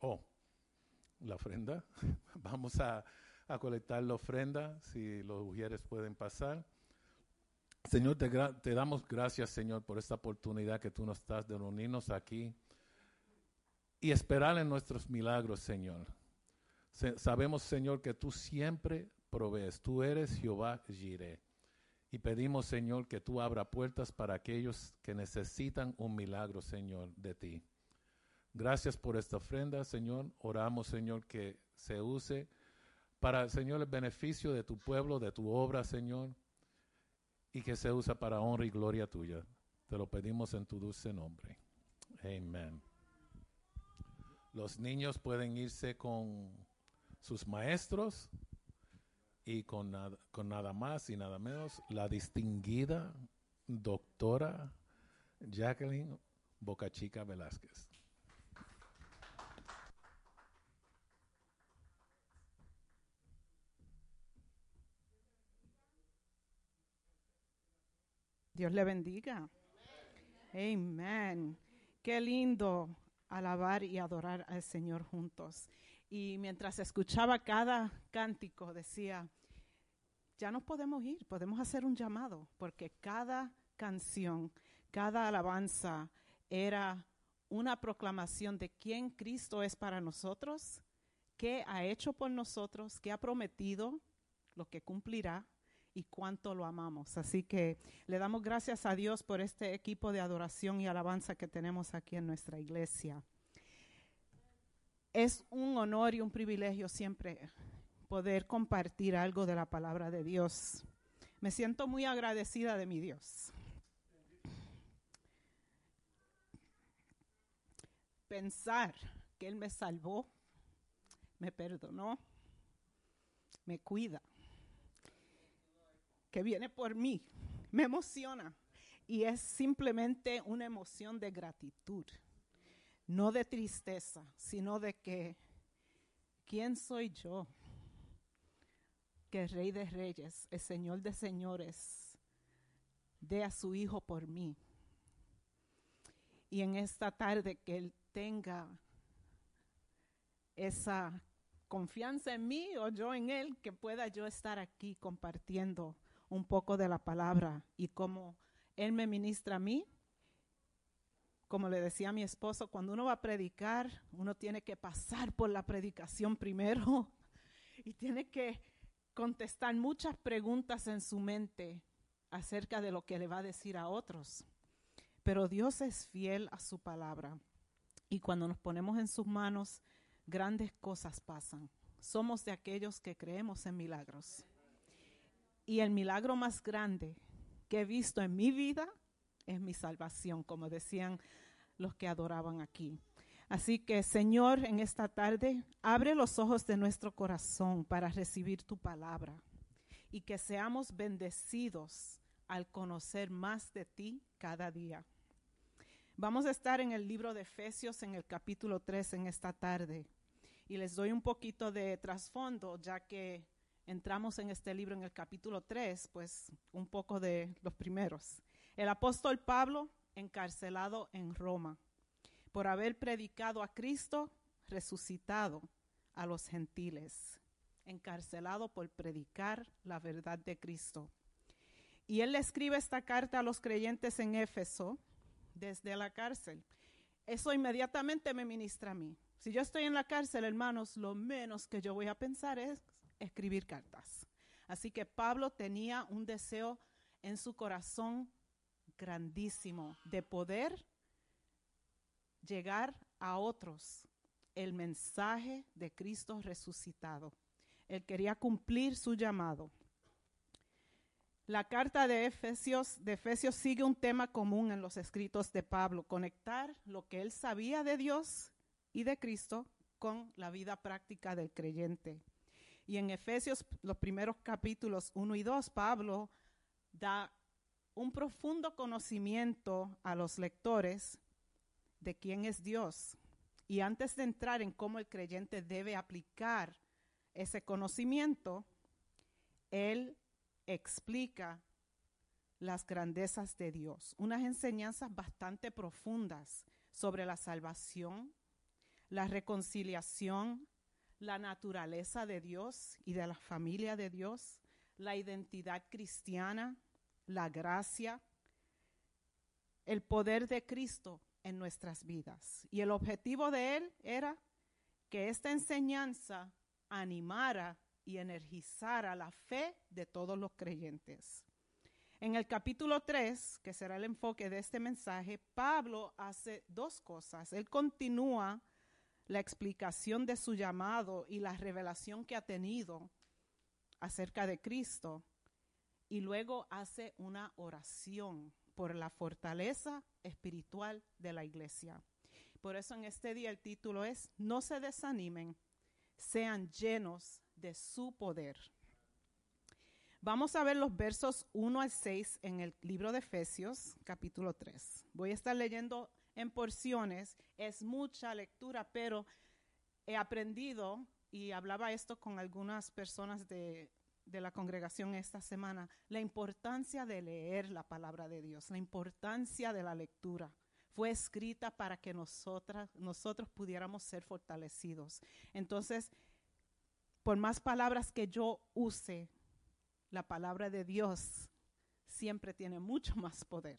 La ofrenda. Vamos a colectar la ofrenda, si los ujieres pueden pasar. Señor, te damos gracias, Señor, por esta oportunidad que tú nos das de reunirnos aquí y esperar en nuestros milagros, Señor. Sabemos, Señor, que tú siempre provees. Tú eres Jehová Jireh. Y pedimos, Señor, que tú abra puertas para aquellos que necesitan un milagro, Señor, de ti. Gracias por esta ofrenda, Señor. Oramos, Señor, que se use para, Señor, el beneficio de tu pueblo, de tu obra, Señor, y que se usa para honra y gloria tuya. Te lo pedimos en tu dulce nombre. Amén. Los niños pueden irse con sus maestros y con nada más y nada menos la distinguida doctora Jacqueline Bocachica Velázquez. Dios le bendiga. Amén. Qué lindo alabar y adorar al Señor juntos. Y mientras escuchaba cada cántico decía, ya nos podemos ir, podemos hacer un llamado, porque cada canción, cada alabanza era una proclamación de quién Cristo es para nosotros, qué ha hecho por nosotros, qué ha prometido, lo que cumplirá y cuánto lo amamos. Así que le damos gracias a Dios por este equipo de adoración y alabanza que tenemos aquí en nuestra iglesia. Es un honor y un privilegio siempre poder compartir algo de la palabra de Dios. Me siento muy agradecida de mi Dios. Pensar que Él me salvó, me perdonó, me cuida, que viene por mí, me emociona. Y es simplemente una emoción de gratitud, no de tristeza, sino de que, ¿quién soy yo? Que el Rey de Reyes, el Señor de Señores, dé a su Hijo por mí. Y en esta tarde que Él tenga esa confianza en mí o yo en Él, que pueda yo estar aquí compartiendo un poco de la palabra y cómo Él me ministra a mí. Como le decía a mi esposo, cuando uno va a predicar, uno tiene que pasar por la predicación primero y tiene que contestar muchas preguntas en su mente acerca de lo que le va a decir a otros. Pero Dios es fiel a su palabra y cuando nos ponemos en sus manos, grandes cosas pasan. Somos de aquellos que creemos en milagros. Y el milagro más grande que he visto en mi vida es mi salvación, como decían los que adoraban aquí. Así que, Señor, en esta tarde, abre los ojos de nuestro corazón para recibir tu palabra y que seamos bendecidos al conocer más de ti cada día. Vamos a estar en el libro de Efesios en el capítulo 3 en esta tarde y les doy un poquito de trasfondo ya que entramos en este libro en el capítulo 3, pues un poco de los primeros. El apóstol Pablo encarcelado en Roma por haber predicado a Cristo resucitado a los gentiles, encarcelado por predicar la verdad de Cristo. Y él le escribe esta carta a los creyentes en Éfeso desde la cárcel. Eso inmediatamente me ministra a mí. Si yo estoy en la cárcel, hermanos, lo menos que yo voy a pensar es escribir cartas. Así que Pablo tenía un deseo en su corazón grandísimo de poder llegar a otros el mensaje de Cristo resucitado. Él quería cumplir su llamado. La carta de Efesios sigue un tema común en los escritos de Pablo, conectar lo que él sabía de Dios y de Cristo con la vida práctica del creyente. Y en Efesios, los primeros capítulos 1 y 2, Pablo da un profundo conocimiento a los lectores de quién es Dios. Y antes de entrar en cómo el creyente debe aplicar ese conocimiento, él explica las grandezas de Dios, unas enseñanzas bastante profundas sobre la salvación, la reconciliación, la naturaleza de Dios y de la familia de Dios, la identidad cristiana, la gracia, el poder de Cristo en nuestras vidas. Y el objetivo de él era que esta enseñanza animara y energizara la fe de todos los creyentes. En el capítulo 3, que será el enfoque de este mensaje, Pablo hace dos cosas. Él continúa la explicación de su llamado y la revelación que ha tenido acerca de Cristo, y luego hace una oración por la fortaleza espiritual de la iglesia. Por eso en este día el título es: no se desanimen, sean llenos de su poder. Vamos a ver los versos 1 al 6 en el libro de Efesios, capítulo 3. Voy a estar leyendo en porciones, es mucha lectura, pero he aprendido, y hablaba esto con algunas personas de de la congregación esta semana, la importancia de leer la palabra de Dios, la importancia de la lectura. Fue escrita para que nosotros pudiéramos ser fortalecidos. Entonces, por más palabras que yo use, la palabra de Dios siempre tiene mucho más poder.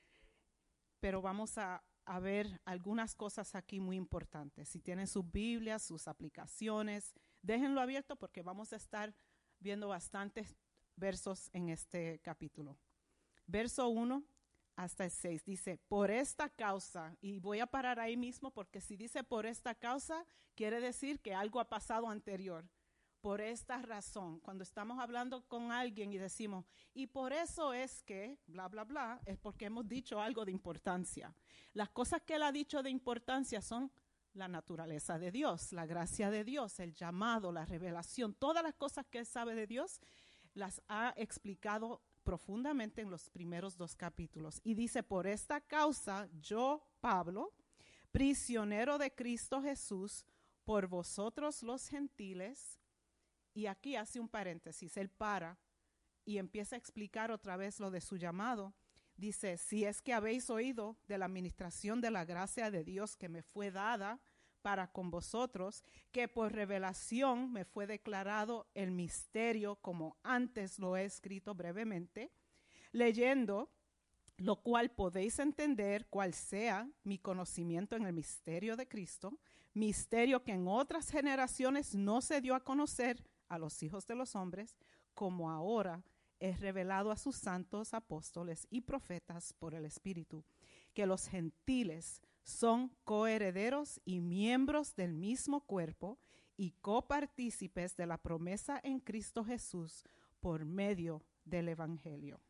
Pero vamos a ver algunas cosas aquí muy importantes. Si tienen sus Biblias, sus aplicaciones, déjenlo abierto porque vamos a estar viendo bastantes versos en este capítulo. Verso 1 hasta el 6 dice, por esta causa, y voy a parar ahí mismo porque si dice por esta causa, quiere decir que algo ha pasado anterior. Por esta razón, cuando estamos hablando con alguien y decimos, y por eso es que, bla, bla, bla, es porque hemos dicho algo de importancia. Las cosas que él ha dicho de importancia son la naturaleza de Dios, la gracia de Dios, el llamado, la revelación, todas las cosas que él sabe de Dios, las ha explicado profundamente en los primeros 2 capítulos. Y dice, por esta causa, yo, Pablo, prisionero de Cristo Jesús, por vosotros los gentiles. Y aquí hace un paréntesis, él para y empieza a explicar otra vez lo de su llamado. Dice, si es que habéis oído de la administración de la gracia de Dios que me fue dada para con vosotros, que por revelación me fue declarado el misterio, como antes lo he escrito brevemente, leyendo, lo cual podéis entender cuál sea mi conocimiento en el misterio de Cristo, misterio que en otras generaciones no se dio a conocer a los hijos de los hombres, como ahora es revelado a sus santos apóstoles y profetas por el Espíritu, que los gentiles son coherederos y miembros del mismo cuerpo y copartícipes de la promesa en Cristo Jesús por medio del Evangelio.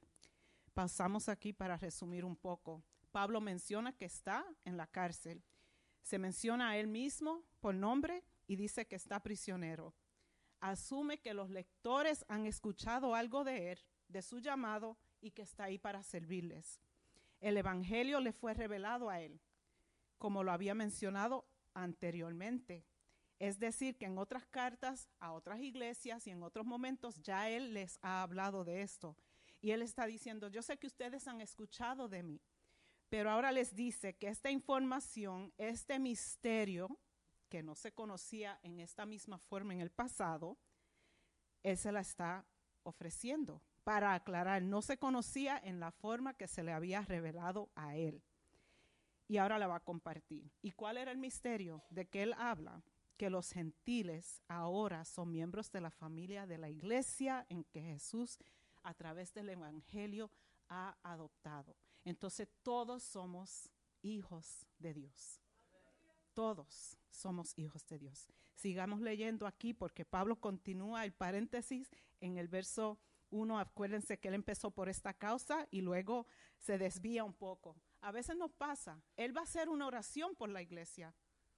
Pasamos aquí para resumir un poco. Pablo menciona que está en la cárcel. Se menciona a él mismo por nombre y dice que está prisionero. Asume que los lectores han escuchado algo de él, de su llamado, y que está ahí para servirles. El Evangelio le fue revelado a él, como lo había mencionado anteriormente. Es decir, que en otras cartas a otras iglesias y en otros momentos ya él les ha hablado de esto. Y él está diciendo, yo sé que ustedes han escuchado de mí, pero ahora les dice que esta información, este misterio, que no se conocía en esta misma forma en el pasado, él se la está ofreciendo para aclarar. No se conocía en la forma que se le había revelado a él. Y ahora la va a compartir. ¿Y cuál era el misterio de que él habla? Que los gentiles ahora son miembros de la familia de la iglesia en que Jesús, a través del Evangelio, ha adoptado. Entonces todos somos hijos de Dios. Todos somos hijos de Dios. Sigamos leyendo aquí porque Pablo continúa el paréntesis en el verso 1. Acuérdense que él empezó por esta causa y luego se desvía un poco. A veces nos pasa. Él va a hacer una oración por la iglesia.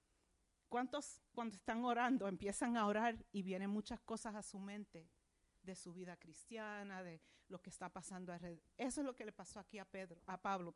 ¿Cuántos cuando están orando empiezan a orar y vienen muchas cosas a su mente de su vida cristiana, de lo que está pasando alrededor? Eso es lo que le pasó aquí a Pablo.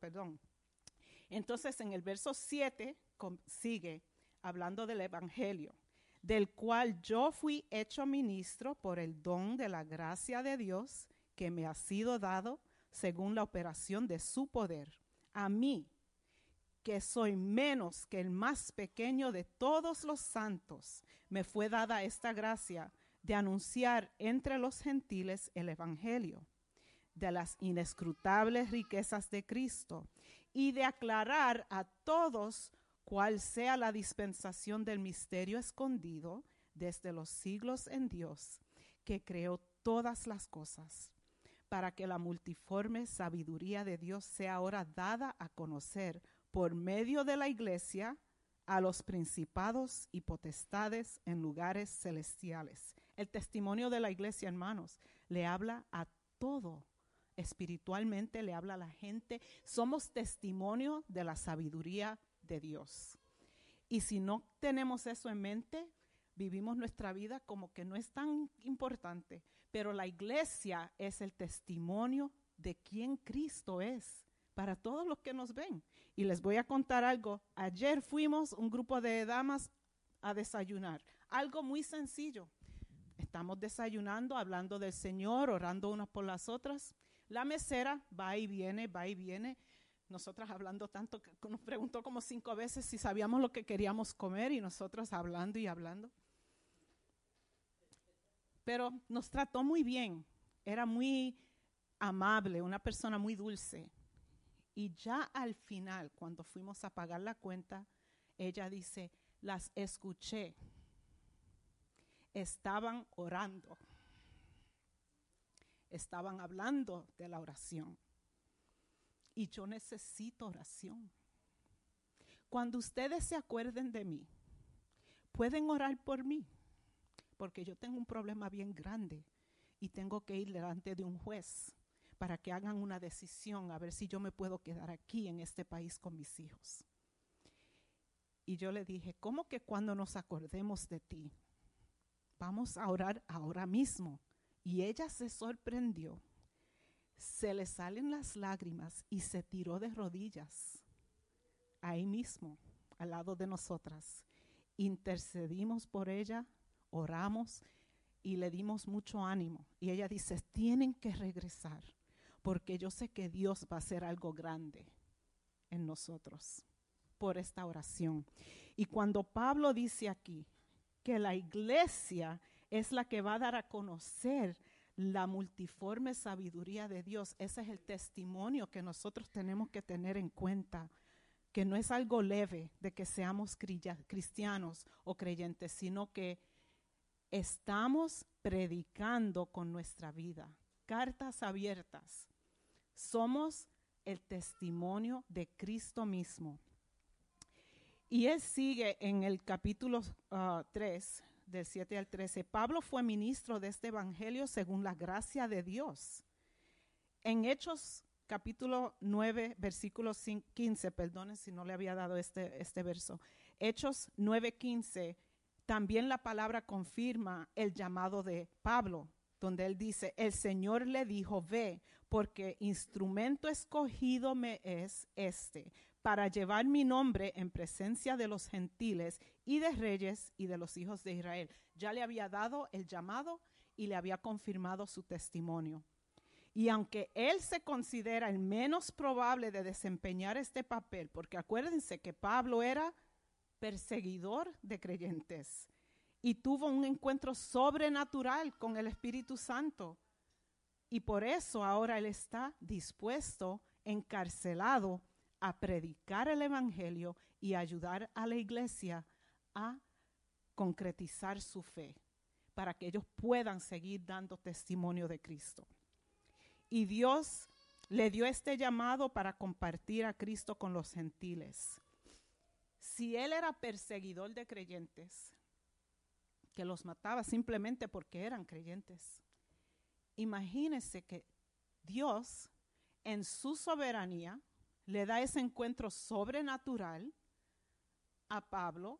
Entonces en el verso 7 sigue hablando del Evangelio, del cual yo fui hecho ministro por el don de la gracia de Dios que me ha sido dado según la operación de su poder. A mí, que soy menos que el más pequeño de todos los santos, me fue dada esta gracia de anunciar entre los gentiles el Evangelio, de las inescrutables riquezas de Cristo, y de aclarar a todos cuál sea la dispensación del misterio escondido desde los siglos en Dios, que creó todas las cosas, para que la multiforme sabiduría de Dios sea ahora dada a conocer por medio de la iglesia a los principados y potestades en lugares celestiales. El testimonio de la iglesia, hermanos, le habla a todo. Espiritualmente le habla a la gente. Somos testimonio de la sabiduría de Dios. Y si no tenemos eso en mente, vivimos nuestra vida como que no es tan importante. Pero la iglesia es el testimonio de quién Cristo es para todos los que nos ven. Y les voy a contar algo. Ayer fuimos un grupo de damas a desayunar. Algo muy sencillo. Estamos desayunando, hablando del Señor, orando unas por las otras. La mesera va y viene, va y viene. Nosotras hablando tanto que nos preguntó como 5 veces si sabíamos lo que queríamos comer y nosotras hablando y hablando. Pero nos trató muy bien. Era muy amable, una persona muy dulce. Y ya al final, cuando fuimos a pagar la cuenta, ella dice, las escuché. Estaban orando. Estaban hablando de la oración. Y yo necesito oración. Cuando ustedes se acuerden de mí, pueden orar por mí, porque yo tengo un problema bien grande y tengo que ir delante de un juez para que hagan una decisión a ver si yo me puedo quedar aquí en este país con mis hijos. Y yo le dije, ¿cómo que cuando nos acordemos de ti? Vamos a orar ahora mismo. Y ella se sorprendió. Se le salen las lágrimas y se tiró de rodillas. Ahí mismo, al lado de nosotras. Intercedimos por ella, oramos y le dimos mucho ánimo. Y ella dice, tienen que regresar, porque yo sé que Dios va a hacer algo grande en nosotros por esta oración. Y cuando Pablo dice aquí que la iglesia es la que va a dar a conocer la multiforme sabiduría de Dios, ese es el testimonio que nosotros tenemos que tener en cuenta, que no es algo leve de que seamos cristianos o creyentes, sino que estamos predicando con nuestra vida, cartas abiertas. Somos el testimonio de Cristo mismo. Y él sigue en el capítulo 3, del 7 al 13. Pablo fue ministro de este evangelio según la gracia de Dios. En Hechos capítulo 9, versículo 15, perdonen si no le había dado este verso. Hechos 9:15, también la palabra confirma el llamado de Pablo, donde él dice, el Señor le dijo, ve, porque instrumento escogido me es este, para llevar mi nombre en presencia de los gentiles y de reyes y de los hijos de Israel. Ya le había dado el llamado y le había confirmado su testimonio. Y aunque él se considera el menos probable de desempeñar este papel, porque acuérdense que Pablo era perseguidor de creyentes y tuvo un encuentro sobrenatural con el Espíritu Santo. Y por eso ahora él está dispuesto, encarcelado, a predicar el evangelio y ayudar a la iglesia a concretizar su fe para que ellos puedan seguir dando testimonio de Cristo. Y Dios le dio este llamado para compartir a Cristo con los gentiles. Si él era perseguidor de creyentes, que los mataba simplemente porque eran creyentes, imagínense que Dios en su soberanía le da ese encuentro sobrenatural a Pablo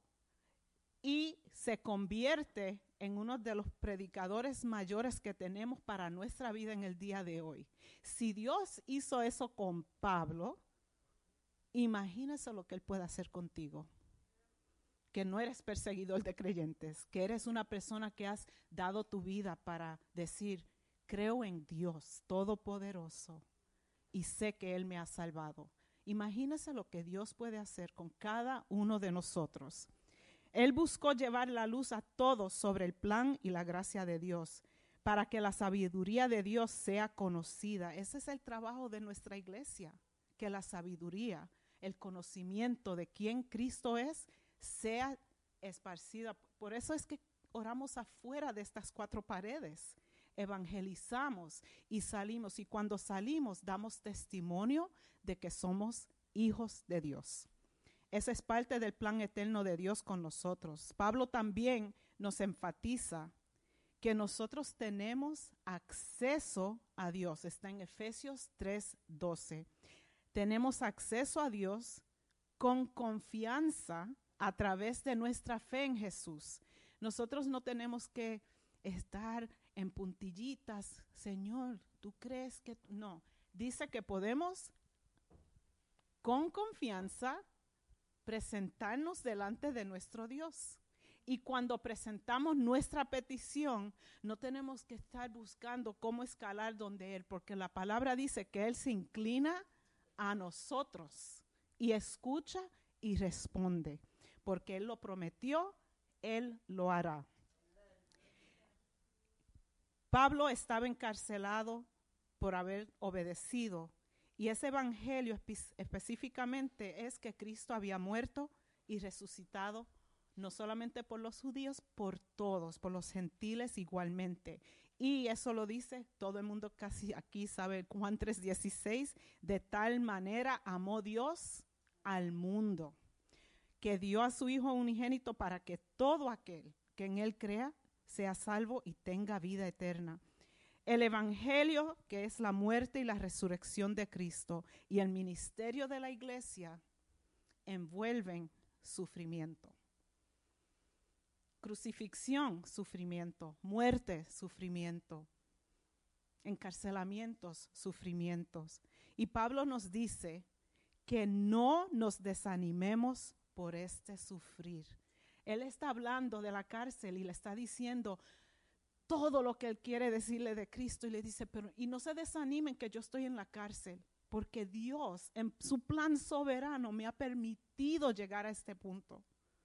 y se convierte en uno de los predicadores mayores que tenemos para nuestra vida en el día de hoy. Si Dios hizo eso con Pablo, imagínese lo que Él puede hacer contigo. Que no eres perseguidor de creyentes, que eres una persona que has dado tu vida para decir, creo en Dios Todopoderoso y sé que Él me ha salvado. Imagínese lo que Dios puede hacer con cada uno de nosotros. Él buscó llevar la luz a todos sobre el plan y la gracia de Dios, para que la sabiduría de Dios sea conocida. Ese es el trabajo de nuestra iglesia, que la sabiduría, el conocimiento de quién Cristo es, sea esparcida. Por eso es que oramos afuera de estas 4 paredes. Evangelizamos y salimos, y cuando salimos damos testimonio de que somos hijos de Dios. Esa es parte del plan eterno de Dios con nosotros. Pablo también nos enfatiza que nosotros tenemos acceso a Dios. Está en Efesios 3:12. Tenemos acceso a Dios con confianza a través de nuestra fe en Jesús. Nosotros no tenemos que estar en puntillitas, Señor, ¿tú crees que...? No, dice que podemos con confianza presentarnos delante de nuestro Dios. Y cuando presentamos nuestra petición, no tenemos que estar buscando cómo escalar donde Él, porque la palabra dice que Él se inclina a nosotros y escucha y responde, porque Él lo prometió, Él lo hará. Pablo estaba encarcelado por haber obedecido, y ese evangelio específicamente es que Cristo había muerto y resucitado, no solamente por los judíos, por todos, por los gentiles igualmente. Y eso lo dice, todo el mundo casi aquí sabe Juan 3:16, de tal manera amó Dios al mundo, que dio a su Hijo unigénito para que todo aquel que en Él crea sea salvo y tenga vida eterna. El evangelio, que es la muerte y la resurrección de Cristo, y el ministerio de la iglesia, envuelven sufrimiento. Crucifixión, sufrimiento. Muerte, sufrimiento. Encarcelamientos, sufrimientos. Y Pablo nos dice que no nos desanimemos por este sufrir. Él está hablando de la cárcel y le está diciendo todo lo que él quiere decirle de Cristo, y le dice, pero y no se desanimen que yo estoy en la cárcel, porque Dios en su plan soberano me ha permitido llegar a este punto.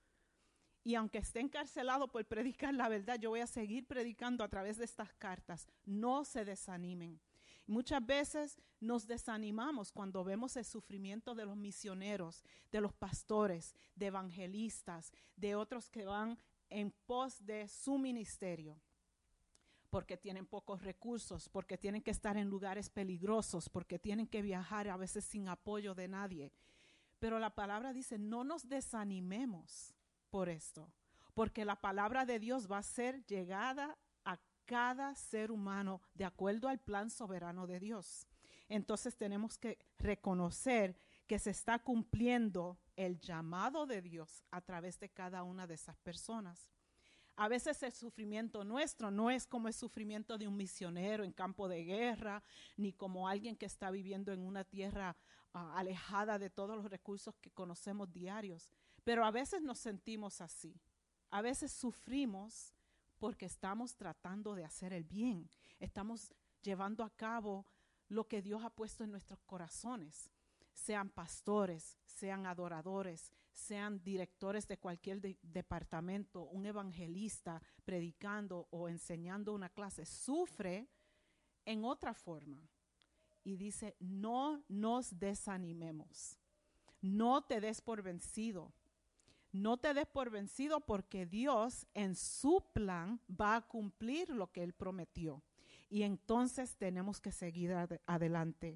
Y aunque esté encarcelado por predicar la verdad, yo voy a seguir predicando a través de estas cartas. No se desanimen. Muchas veces nos desanimamos cuando vemos el sufrimiento de los misioneros, de los pastores, de evangelistas, de otros que van en pos de su ministerio, porque tienen pocos recursos, porque tienen que estar en lugares peligrosos, porque tienen que viajar a veces sin apoyo de nadie. Pero la palabra dice, no nos desanimemos por esto, porque la palabra de Dios va a ser llegada a cada ser humano de acuerdo al plan soberano de Dios. Entonces tenemos que reconocer que se está cumpliendo el llamado de Dios a través de cada una de esas personas. A veces el sufrimiento nuestro no es como el sufrimiento de un misionero en campo de guerra, ni como alguien que está viviendo en una tierra alejada de todos los recursos que conocemos diarios. Pero a veces nos sentimos así. A veces sufrimos porque estamos tratando de hacer el bien. Estamos llevando a cabo lo que Dios ha puesto en nuestros corazones. Sean pastores, sean adoradores, sean directores de cualquier departamento, un evangelista predicando o enseñando una clase, sufre en otra forma. Y dice, no nos desanimemos. No te des por vencido. No te des por vencido porque Dios en su plan va a cumplir lo que Él prometió. Y entonces tenemos que seguir adelante.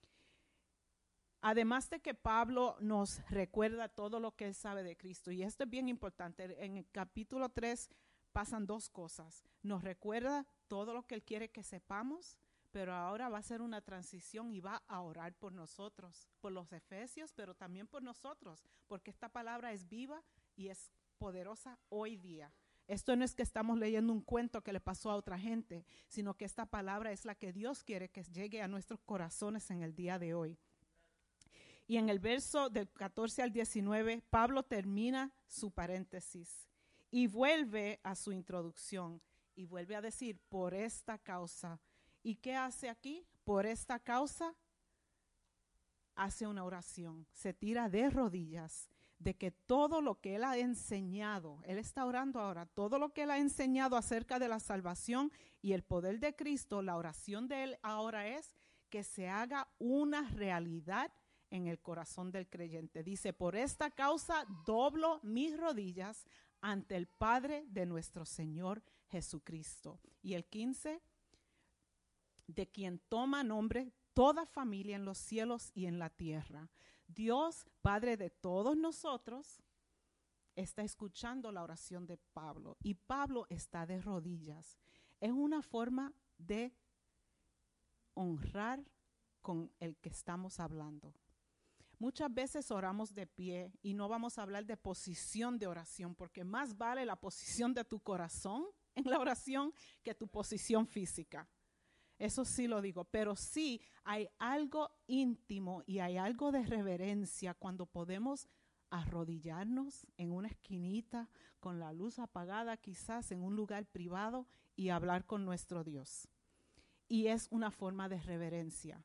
Además de que Pablo nos recuerda todo lo que él sabe de Cristo, y esto es bien importante, en el capítulo 3 pasan dos cosas. Nos recuerda todo lo que él quiere que sepamos, pero ahora va a ser una transición y va a orar por nosotros, por los efesios, pero también por nosotros, porque esta palabra es viva y es poderosa hoy día. Esto no es que estamos leyendo un cuento que le pasó a otra gente, sino que esta palabra es la que Dios quiere que llegue a nuestros corazones en el día de hoy. Y en el verso del 14 al 19, Pablo termina su paréntesis y vuelve a su introducción y vuelve a decir, por esta causa. ¿Y qué hace aquí? Por esta causa hace una oración, se tira de rodillas, de que todo lo que él ha enseñado, él está orando ahora, todo lo que él ha enseñado acerca de la salvación y el poder de Cristo, la oración de él ahora es que se haga una realidad en el corazón del creyente. Dice, por esta causa doblo mis rodillas ante el Padre de nuestro Señor Jesucristo. Y el 15, de quien toma nombre toda familia en los cielos y en la tierra. Dios, Padre de todos nosotros, está escuchando la oración de Pablo y Pablo está de rodillas. Es una forma de honrar con el que estamos hablando. Muchas veces oramos de pie y no vamos a hablar de posición de oración, porque más vale la posición de tu corazón en la oración que tu posición física. Eso sí lo digo, pero sí hay algo íntimo y hay algo de reverencia cuando podemos arrodillarnos en una esquinita con la luz apagada, quizás en un lugar privado, y hablar con nuestro Dios. Y es una forma de reverencia.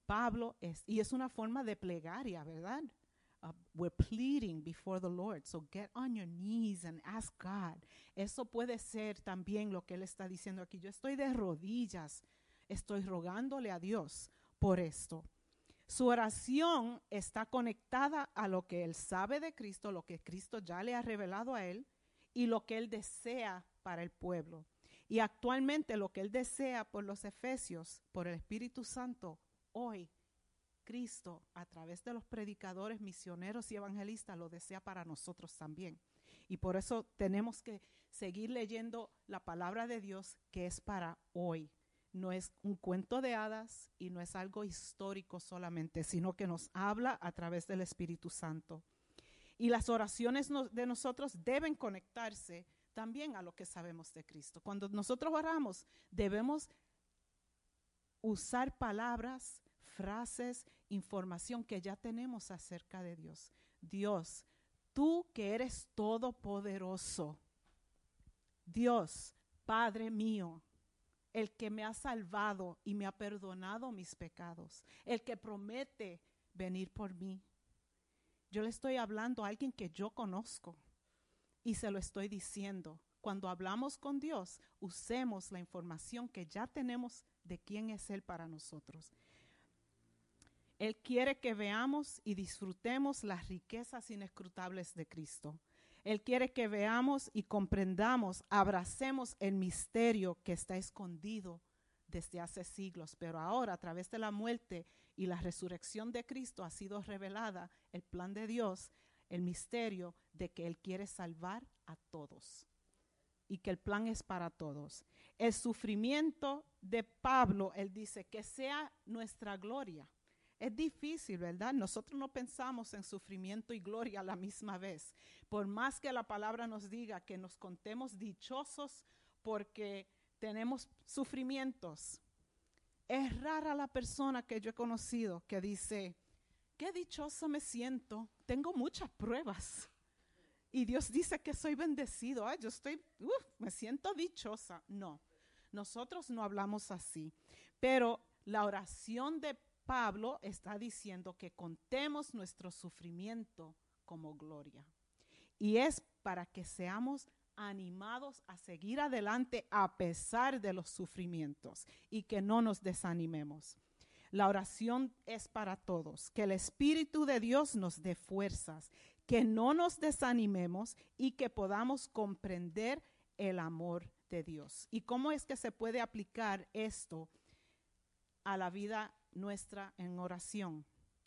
Y es una forma de plegaria, ¿verdad? We're pleading before the Lord. So get on your knees and ask God. Eso puede ser también lo que Él está diciendo aquí. Yo estoy de rodillas, estoy rogándole a Dios por esto. Su oración está conectada a lo que Él sabe de Cristo, lo que Cristo ya le ha revelado a Él y lo que Él desea para el pueblo. Y actualmente lo que Él desea por los efesios, por el Espíritu Santo, hoy Cristo, a través de los predicadores, misioneros y evangelistas, lo desea para nosotros también. Y por eso tenemos que seguir leyendo la palabra de Dios, que es para hoy. No es un cuento de hadas y no es algo histórico solamente, sino que nos habla a través del Espíritu Santo. Y las oraciones de nosotros deben conectarse también a lo que sabemos de Cristo. Cuando nosotros oramos, debemos usar palabras, frases, información que ya tenemos acerca de Dios. Dios, tú que eres todopoderoso, Dios, Padre mío, el que me ha salvado y me ha perdonado mis pecados, el que promete venir por mí. Yo le estoy hablando a alguien que yo conozco y se lo estoy diciendo. Cuando hablamos con Dios, usemos la información que ya tenemos de quién es Él para nosotros. Él quiere que veamos y disfrutemos las riquezas inescrutables de Cristo. Él quiere que veamos y comprendamos, abracemos el misterio que está escondido desde hace siglos, pero ahora a través de la muerte y la resurrección de Cristo ha sido revelada el plan de Dios, el misterio de que Él quiere salvar a todos y que el plan es para todos. El sufrimiento de Pablo, él dice, que sea nuestra gloria. Es difícil, ¿verdad? Nosotros no pensamos en sufrimiento y gloria a la misma vez. Por más que la palabra nos diga que nos contemos dichosos porque tenemos sufrimientos, es rara la persona que yo he conocido que dice, qué dichosa me siento, tengo muchas pruebas. Y Dios dice que soy bendecido. Ay, me siento dichosa. No, nosotros no hablamos así. Pero la oración de Pablo está diciendo que contemos nuestro sufrimiento como gloria. Y es para que seamos animados a seguir adelante a pesar de los sufrimientos y que no nos desanimemos. La oración es para todos, que el Espíritu de Dios nos dé fuerzas, que no nos desanimemos y que podamos comprender el amor de Dios. ¿Y cómo es que se puede aplicar esto a la vida nuestra en oración?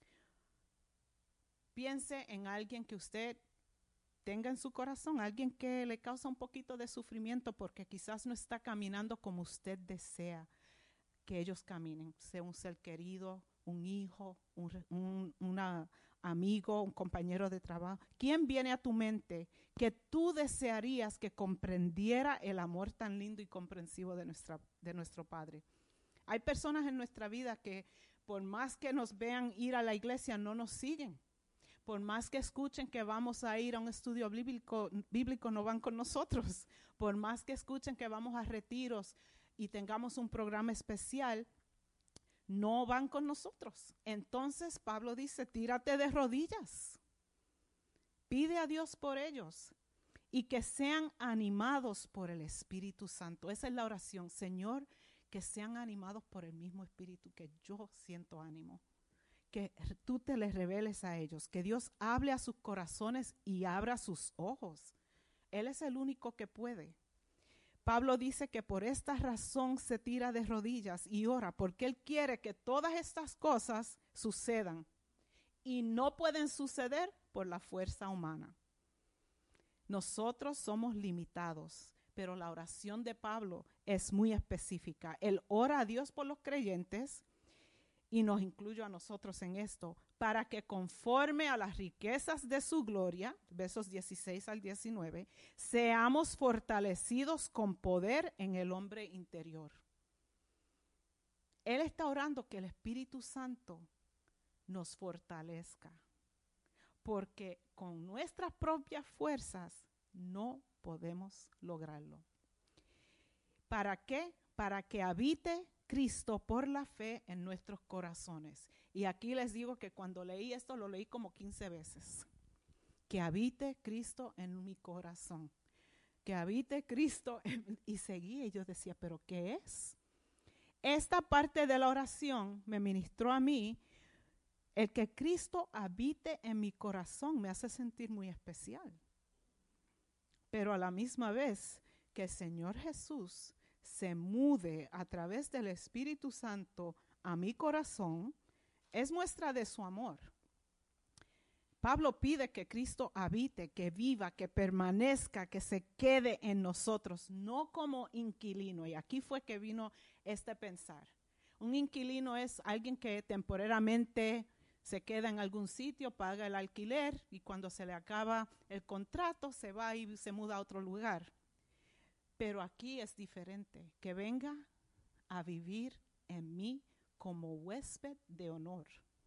Piense en alguien que usted tenga en su corazón, alguien que le causa un poquito de sufrimiento porque quizás no está caminando como usted desea que ellos caminen, sea un ser querido, un hijo, un amigo, un compañero de trabajo. ¿Quién viene a tu mente que tú desearías que comprendiera el amor tan lindo y comprensivo de nuestro Padre? Hay personas en nuestra vida que por más que nos vean ir a la iglesia no nos siguen. Por más que escuchen que vamos a ir a un estudio bíblico no van con nosotros. Por más que escuchen que vamos a retiros y tengamos un programa especial, no van con nosotros. Entonces Pablo dice, tírate de rodillas. Pide a Dios por ellos y que sean animados por el Espíritu Santo. Esa es la oración. Señor, que sean animados por el mismo Espíritu que yo siento ánimo. Que tú te les reveles a ellos. Que Dios hable a sus corazones y abra sus ojos. Él es el único que puede. Pablo dice que por esta razón se tira de rodillas y ora, porque él quiere que todas estas cosas sucedan y no pueden suceder por la fuerza humana. Nosotros somos limitados, pero la oración de Pablo es muy específica. Él ora a Dios por los creyentes y nos incluye a nosotros en esto, para que conforme a las riquezas de su gloria, versos 16 al 19, seamos fortalecidos con poder en el hombre interior. Él está orando que el Espíritu Santo nos fortalezca, porque con nuestras propias fuerzas no podemos lograrlo. ¿Para qué? Para que habite Cristo por la fe en nuestros corazones. Y aquí les digo que cuando leí esto, lo leí como 15 veces. Que habite Cristo en mi corazón. Que habite Cristo y seguía. Y yo decía, ¿pero qué es? Esta parte de la oración me ministró a mí. El que Cristo habite en mi corazón me hace sentir muy especial. Pero a la misma vez que el Señor Jesús se mude a través del Espíritu Santo a mi corazón, es muestra de su amor. Pablo pide que Cristo habite, que viva, que permanezca, que se quede en nosotros, no como inquilino. Y aquí fue que vino este pensar. Un inquilino es alguien que temporariamente se queda en algún sitio, paga el alquiler y cuando se le acaba el contrato se va y se muda a otro lugar. Pero aquí es diferente, que venga a vivir en mí como huésped de honor.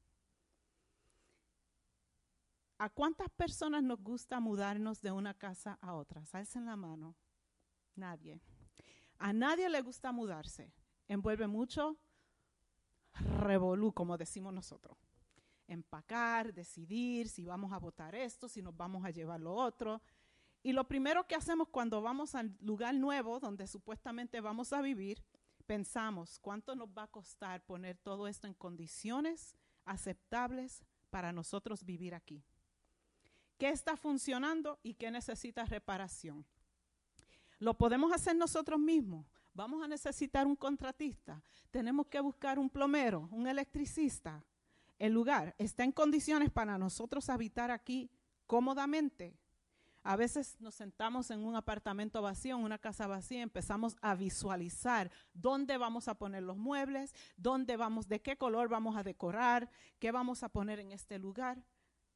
¿A cuántas personas nos gusta mudarnos de una casa a otra? Alcen la mano. Nadie. A nadie le gusta mudarse. Envuelve mucho revolú, como decimos nosotros. Empacar, decidir si vamos a botar esto, si nos vamos a llevar lo otro. Y lo primero que hacemos cuando vamos al lugar nuevo, donde supuestamente vamos a vivir, pensamos, ¿cuánto nos va a costar poner todo esto en condiciones aceptables para nosotros vivir aquí? ¿Qué está funcionando y qué necesita reparación? ¿Lo podemos hacer nosotros mismos? ¿Vamos a necesitar un contratista? ¿Tenemos que buscar un plomero, un electricista? ¿El lugar está en condiciones para nosotros habitar aquí cómodamente? A veces nos sentamos en un apartamento vacío, en una casa vacía, empezamos a visualizar dónde vamos a poner los muebles, dónde vamos, de qué color vamos a decorar, qué vamos a poner en este lugar.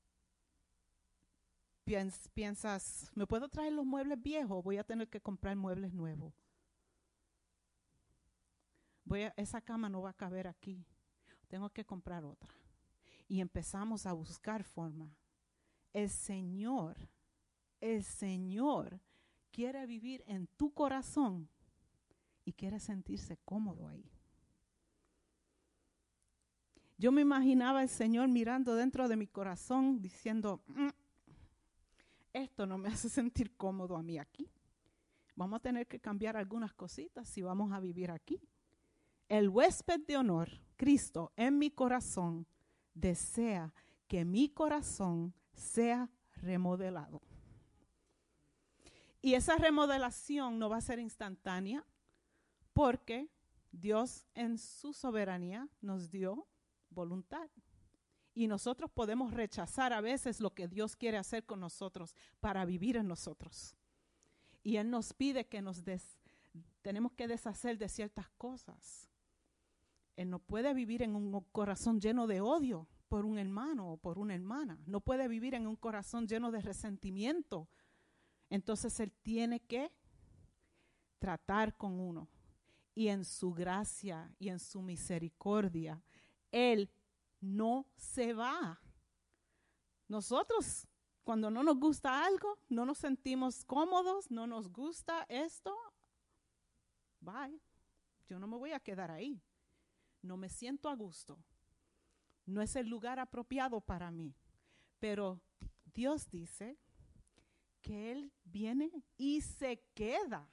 Piensas, ¿me puedo traer los muebles viejos? Voy a tener que comprar muebles nuevos. Esa cama no va a caber aquí. Tengo que comprar otra. Y empezamos a buscar forma. El Señor quiere vivir en tu corazón y quiere sentirse cómodo ahí. Yo me imaginaba al Señor mirando dentro de mi corazón diciendo, esto no me hace sentir cómodo a mí aquí. Vamos a tener que cambiar algunas cositas si vamos a vivir aquí. El huésped de honor, Cristo, en mi corazón, desea que mi corazón sea remodelado. Y esa remodelación no va a ser instantánea porque Dios en su soberanía nos dio voluntad. Y nosotros podemos rechazar a veces lo que Dios quiere hacer con nosotros para vivir en nosotros. Y Él nos pide que tenemos que deshacer de ciertas cosas. Él no puede vivir en un corazón lleno de odio por un hermano o por una hermana. No puede vivir en un corazón lleno de resentimiento. Entonces Él tiene que tratar con uno. Y en su gracia y en su misericordia, Él no se va. Nosotros, cuando no nos gusta algo, no nos sentimos cómodos, no nos gusta esto, bye. Yo no me voy a quedar ahí. No me siento a gusto. No es el lugar apropiado para mí. Pero Dios dice que Él viene y se queda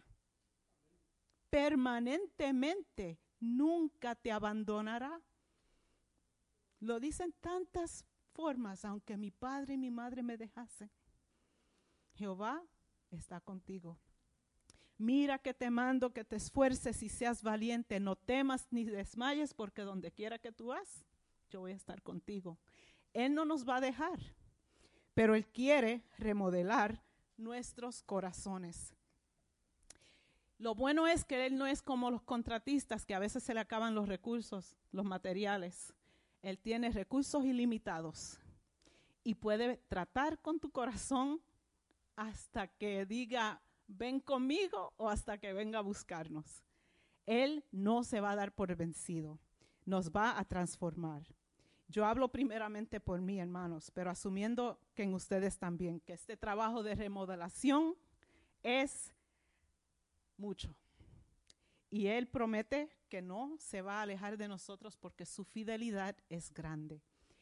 permanentemente. Nunca te abandonará. Lo dicen tantas formas, aunque mi padre y mi madre me dejasen. Jehová está contigo. Mira que te mando que te esfuerces y seas valiente. No temas ni desmayes, porque donde quiera que tú vas, yo voy a estar contigo. Él no nos va a dejar, pero Él quiere remodelar nuestros corazones. Lo bueno es que Él no es como los contratistas, que a veces se le acaban los recursos, los materiales. Él tiene recursos ilimitados y puede tratar con tu corazón hasta que diga, ven conmigo, o hasta que venga a buscarnos. Él no se va a dar por vencido, nos va a transformar. Yo hablo primeramente por mí, hermanos, pero asumiendo que en ustedes también, que este trabajo de remodelación es mucho. Y Él promete que no se va a alejar de nosotros porque su fidelidad es grande.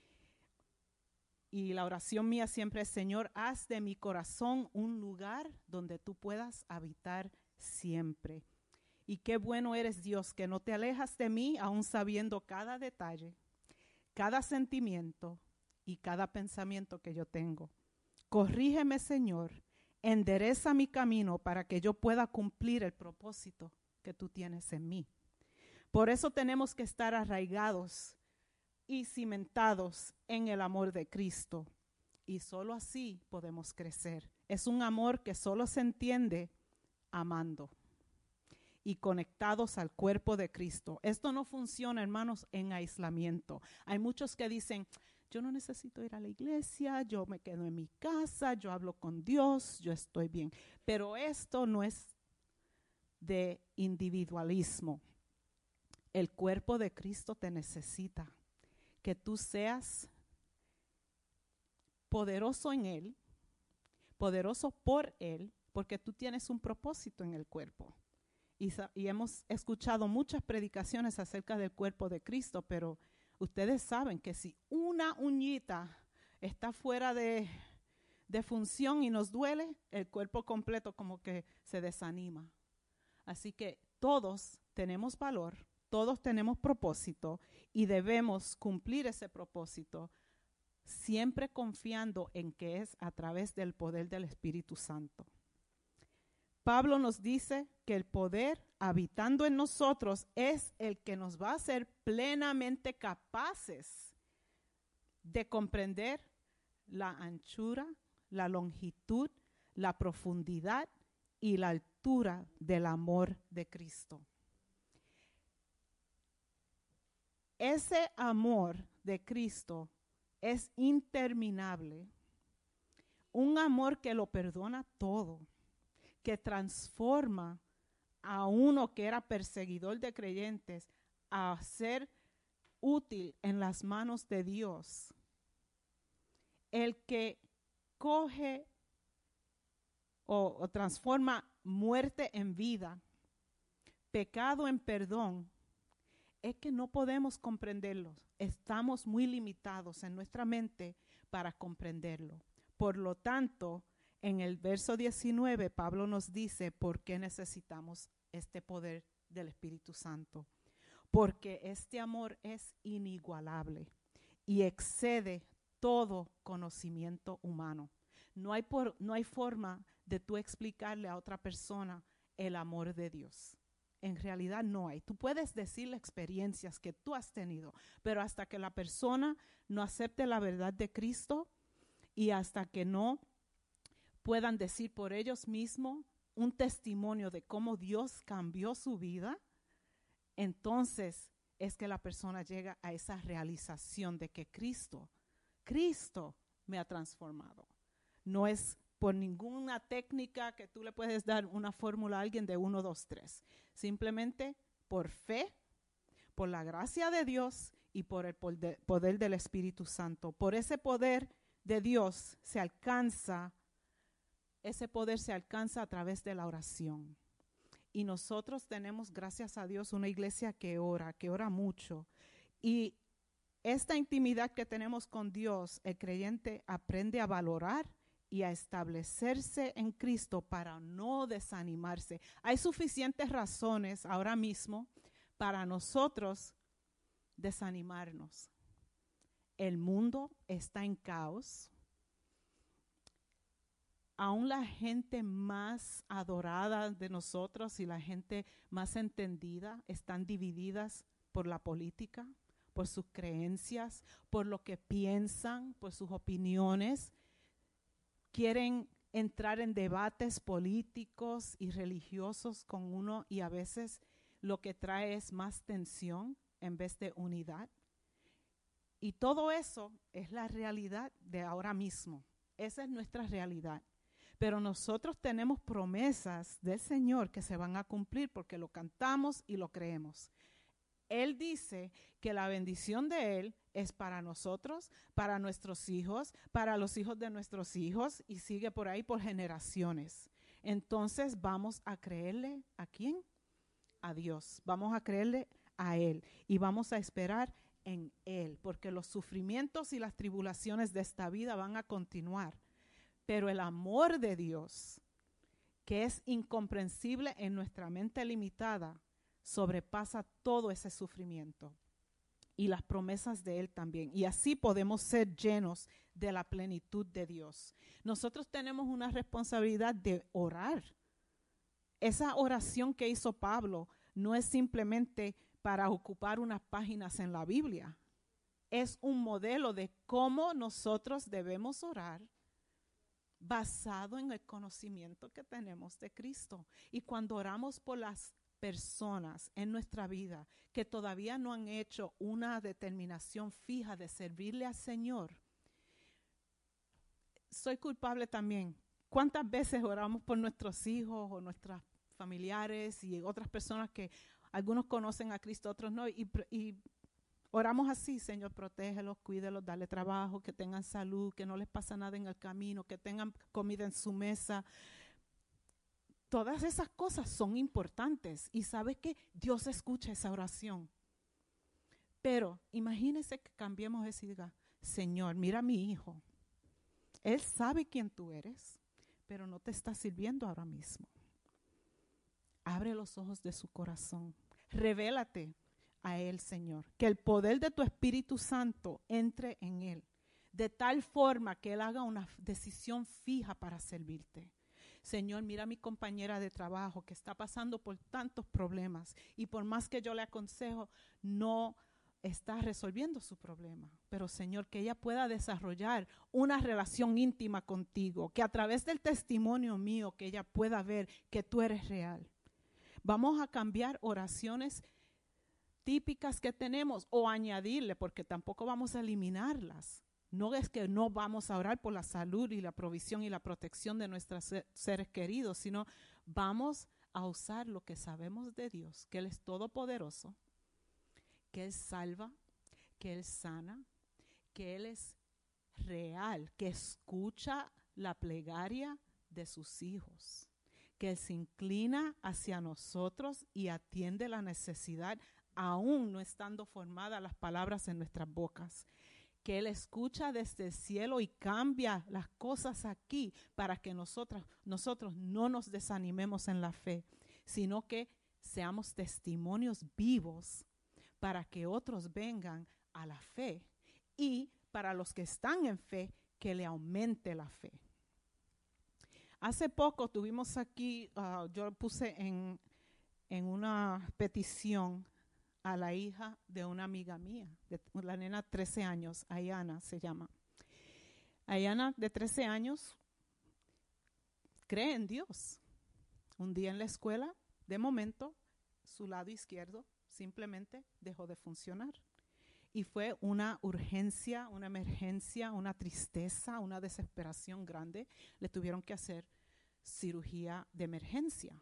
Y la oración mía siempre es: Señor, haz de mi corazón un lugar donde tú puedas habitar siempre. Y qué bueno eres, Dios, que no te alejas de mí, aún sabiendo cada detalle, cada sentimiento y cada pensamiento que yo tengo. Corrígeme, Señor, endereza mi camino para que yo pueda cumplir el propósito que tú tienes en mí. Por eso tenemos que estar arraigados y cimentados en el amor de Cristo. Y solo así podemos crecer. Es un amor que solo se entiende amando y conectados al cuerpo de Cristo. Esto no funciona, hermanos, en aislamiento. Hay muchos que dicen: yo no necesito ir a la iglesia, yo me quedo en mi casa, yo hablo con Dios, yo estoy bien. Pero esto no es de individualismo. El cuerpo de Cristo te necesita. Que tú seas poderoso en Él, poderoso por Él, porque tú tienes un propósito en el cuerpo. Y hemos escuchado muchas predicaciones acerca del cuerpo de Cristo, pero ustedes saben que si una uñita está fuera de función y nos duele, el cuerpo completo como que se desanima. Así que todos tenemos valor, todos tenemos propósito y debemos cumplir ese propósito, siempre confiando en que es a través del poder del Espíritu Santo. Pablo nos dice que el poder habitando en nosotros es el que nos va a hacer plenamente capaces de comprender la anchura, la longitud, la profundidad y la altura del amor de Cristo. Ese amor de Cristo es interminable, un amor que lo perdona todo, que transforma a uno que era perseguidor de creyentes a ser útil en las manos de Dios. El que coge o transforma muerte en vida, pecado en perdón, es que no podemos comprenderlo. Estamos muy limitados en nuestra mente para comprenderlo. Por lo tanto, en el verso 19, Pablo nos dice por qué necesitamos este poder del Espíritu Santo. Porque este amor es inigualable y excede todo conocimiento humano. No hay forma de tú explicarle a otra persona el amor de Dios. En realidad no hay. Tú puedes decirle experiencias que tú has tenido, pero hasta que la persona no acepte la verdad de Cristo y hasta que no puedan decir por ellos mismos un testimonio de cómo Dios cambió su vida, entonces es que la persona llega a esa realización de que Cristo me ha transformado. No es por ninguna técnica que tú le puedes dar una fórmula a alguien de 1, 2, 3. Simplemente por fe, por la gracia de Dios y por el poder del Espíritu Santo. Por ese poder de Dios ese poder se alcanza a través de la oración. Y nosotros tenemos, gracias a Dios, una iglesia que ora mucho. Y esta intimidad que tenemos con Dios, el creyente aprende a valorar y a establecerse en Cristo para no desanimarse. Hay suficientes razones ahora mismo para nosotros desanimarnos. El mundo está en caos. Aún la gente más adorada de nosotros y la gente más entendida están divididas por la política, por sus creencias, por lo que piensan, por sus opiniones. Quieren entrar en debates políticos y religiosos con uno y a veces lo que trae es más tensión en vez de unidad. Y todo eso es la realidad de ahora mismo. Esa es nuestra realidad. Pero nosotros tenemos promesas del Señor que se van a cumplir porque lo cantamos y lo creemos. Él dice que la bendición de Él es para nosotros, para nuestros hijos, para los hijos de nuestros hijos y sigue por ahí por generaciones. Entonces vamos a creerle ¿a quién? A Dios. Vamos a creerle a Él y vamos a esperar en Él, porque los sufrimientos y las tribulaciones de esta vida van a continuar. Pero el amor de Dios, que es incomprensible en nuestra mente limitada, sobrepasa todo ese sufrimiento y las promesas de Él también. Y así podemos ser llenos de la plenitud de Dios. Nosotros tenemos una responsabilidad de orar. Esa oración que hizo Pablo no es simplemente para ocupar unas páginas en la Biblia. Es un modelo de cómo nosotros debemos orar basado en el conocimiento que tenemos de Cristo. Y cuando oramos por las personas en nuestra vida que todavía no han hecho una determinación fija de servirle al Señor, soy culpable también. ¿Cuántas veces oramos por nuestros hijos o nuestros familiares y otras personas que algunos conocen a Cristo, otros no? Y oramos así: Señor, protégelos, cuídelos, dale trabajo, que tengan salud, que no les pasa nada en el camino, que tengan comida en su mesa. Todas esas cosas son importantes y sabes que Dios escucha esa oración. Pero imagínese que cambiemos eso y diga: Señor, mira a mi hijo. Él sabe quién tú eres, pero no te está sirviendo ahora mismo. Abre los ojos de su corazón. Revélate a Él, Señor. Que el poder de tu Espíritu Santo entre en Él, de tal forma que Él haga una decisión fija para servirte. Señor, mira a mi compañera de trabajo que está pasando por tantos problemas y por más que yo le aconsejo, no está resolviendo su problema. Pero, Señor, que ella pueda desarrollar una relación íntima contigo, que a través del testimonio mío, que ella pueda ver que tú eres real. Vamos a cambiar oraciones típicas que tenemos o añadirle, porque tampoco vamos a eliminarlas. No es que no vamos a orar por la salud y la provisión y la protección de nuestros seres queridos, sino vamos a usar lo que sabemos de Dios, que Él es todopoderoso, que Él salva, que Él sana, que Él es real, que escucha la plegaria de sus hijos, que Él se inclina hacia nosotros y atiende la necesidad, aún no estando formadas las palabras en nuestras bocas, que Él escucha desde el cielo y cambia las cosas aquí para que nosotros no nos desanimemos en la fe, sino que seamos testimonios vivos para que otros vengan a la fe y para los que están en fe, que le aumente la fe. Hace poco tuvimos aquí, yo puse en una petición a la hija de una amiga mía, la nena 13 años, Ayana se llama. Ayana de 13 años cree en Dios. Un día en la escuela, de momento, su lado izquierdo simplemente dejó de funcionar. Y fue una urgencia, una emergencia, una tristeza, una desesperación grande. Le tuvieron que hacer cirugía de emergencia.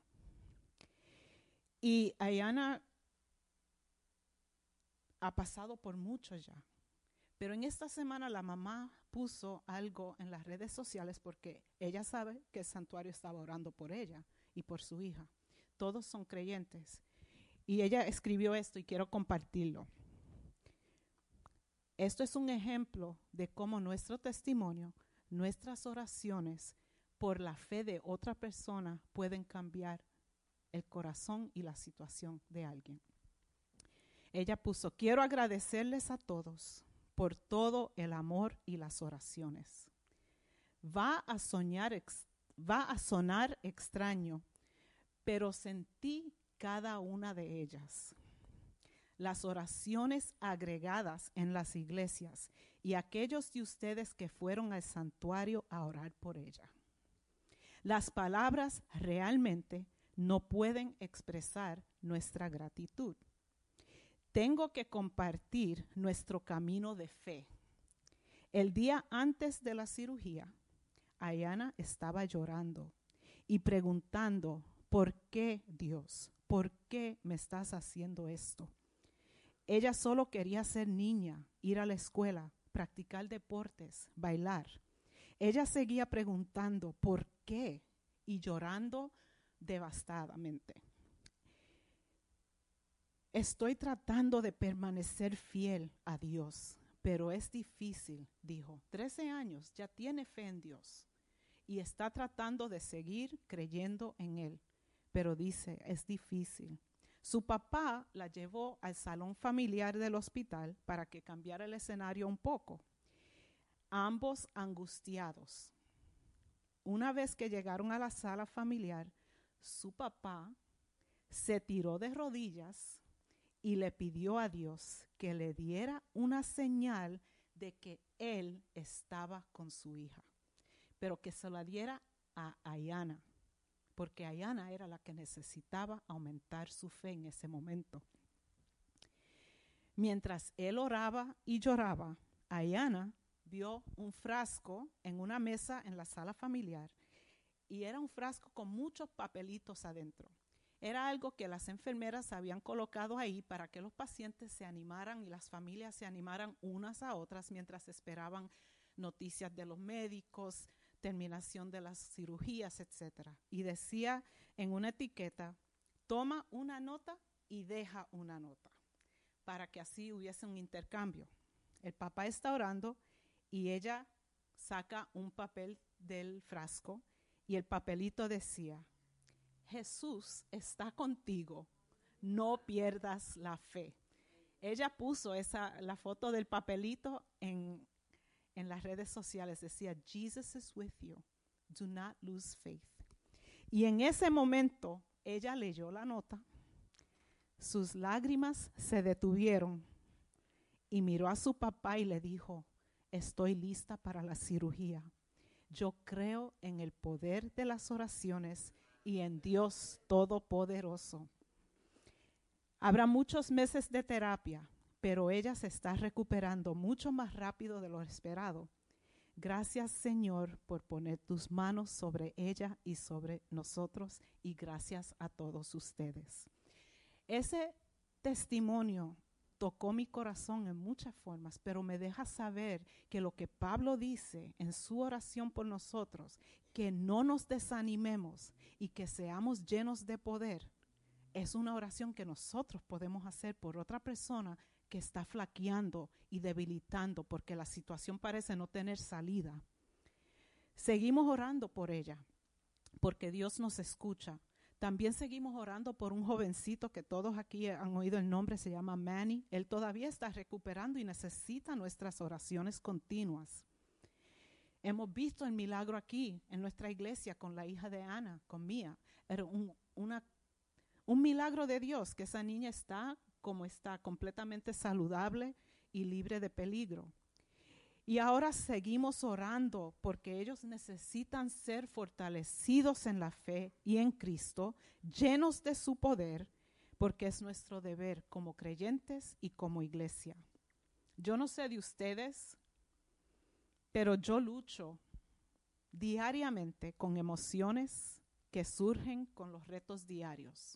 Y Ayana ha pasado por mucho ya. Pero en esta semana la mamá puso algo en las redes sociales porque ella sabe que el santuario estaba orando por ella y por su hija. Todos son creyentes. Y ella escribió esto y quiero compartirlo. Esto es un ejemplo de cómo nuestro testimonio, nuestras oraciones por la fe de otra persona pueden cambiar el corazón y la situación de alguien. Ella puso: quiero agradecerles a todos por todo el amor y las oraciones. Va a sonar extraño, pero sentí cada una de ellas. Las oraciones agregadas en las iglesias y aquellos de ustedes que fueron al santuario a orar por ella. Las palabras realmente no pueden expresar nuestra gratitud. Tengo que compartir nuestro camino de fe. El día antes de la cirugía, Ayana estaba llorando y preguntando: ¿por qué, Dios? ¿Por qué me estás haciendo esto? Ella solo quería ser niña, ir a la escuela, practicar deportes, bailar. Ella seguía preguntando ¿por qué? Y llorando devastadamente. Estoy tratando de permanecer fiel a Dios, pero es difícil, dijo. 13 años, ya tiene fe en Dios y está tratando de seguir creyendo en Él, pero dice, es difícil. Su papá la llevó al salón familiar del hospital para que cambiara el escenario un poco. Ambos angustiados. Una vez que llegaron a la sala familiar, su papá se tiró de rodillas y le pidió a Dios que le diera una señal de que él estaba con su hija, pero que se la diera a Ayana, porque Ayana era la que necesitaba aumentar su fe en ese momento. Mientras él oraba y lloraba, Ayana vio un frasco en una mesa en la sala familiar y era un frasco con muchos papelitos adentro. Era algo que las enfermeras habían colocado ahí para que los pacientes se animaran y las familias se animaran unas a otras mientras esperaban noticias de los médicos, terminación de las cirugías, etc. Y decía en una etiqueta, toma una nota y deja una nota, para que así hubiese un intercambio. El papá está orando y ella saca un papel del frasco y el papelito decía, Jesús está contigo, no pierdas la fe. Ella puso la foto del papelito en las redes sociales, decía, Jesus is with you, do not lose faith. Y en ese momento, ella leyó la nota, sus lágrimas se detuvieron y miró a su papá y le dijo, estoy lista para la cirugía. Yo creo en el poder de las oraciones y en Dios Todopoderoso. Habrá muchos meses de terapia, pero ella se está recuperando mucho más rápido de lo esperado. Gracias, Señor, por poner tus manos sobre ella y sobre nosotros, y gracias a todos ustedes. Ese testimonio tocó mi corazón en muchas formas, pero me deja saber que lo que Pablo dice en su oración por nosotros, que no nos desanimemos y que seamos llenos de poder, es una oración que nosotros podemos hacer por otra persona que está flaqueando y debilitando porque la situación parece no tener salida. Seguimos orando por ella, porque Dios nos escucha. También seguimos orando por un jovencito que todos aquí han oído el nombre, se llama Manny. Él todavía está recuperando y necesita nuestras oraciones continuas. Hemos visto el milagro aquí en nuestra iglesia con la hija de Ana, con Mía. Era un milagro de Dios que esa niña está como está, completamente saludable y libre de peligro. Y ahora seguimos orando porque ellos necesitan ser fortalecidos en la fe y en Cristo, llenos de su poder, porque es nuestro deber como creyentes y como iglesia. Yo no sé de ustedes, pero yo lucho diariamente con emociones que surgen con los retos diarios.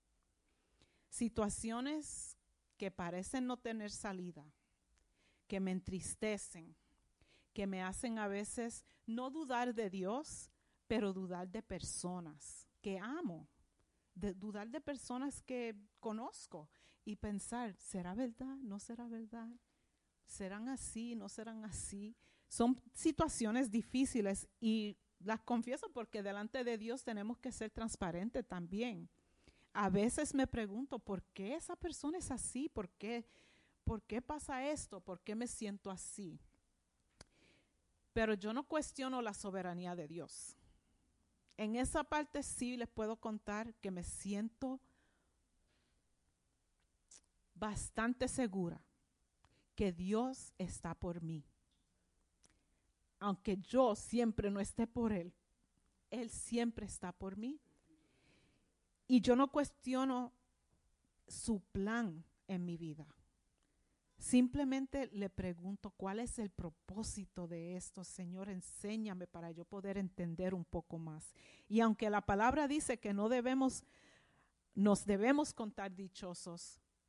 Situaciones que parecen no tener salida, que me entristecen, que me hacen a veces no dudar de Dios, pero dudar de personas que amo, dudar de personas que conozco y pensar, ¿será verdad? ¿No será verdad? ¿Serán así? ¿No serán así? Son situaciones difíciles y las confieso porque delante de Dios tenemos que ser transparentes también. A veces me pregunto, ¿por qué esa persona es así? ¿Por qué pasa esto? ¿Por qué me siento así? Pero yo no cuestiono la soberanía de Dios. En esa parte sí les puedo contar que me siento bastante segura que Dios está por mí. Aunque yo siempre no esté por Él, Él siempre está por mí. Y yo no cuestiono su plan en mi vida. Simplemente le pregunto, ¿cuál es el propósito de esto? Señor, enséñame para yo poder entender un poco más. Y aunque la palabra dice que nos debemos contar dichosos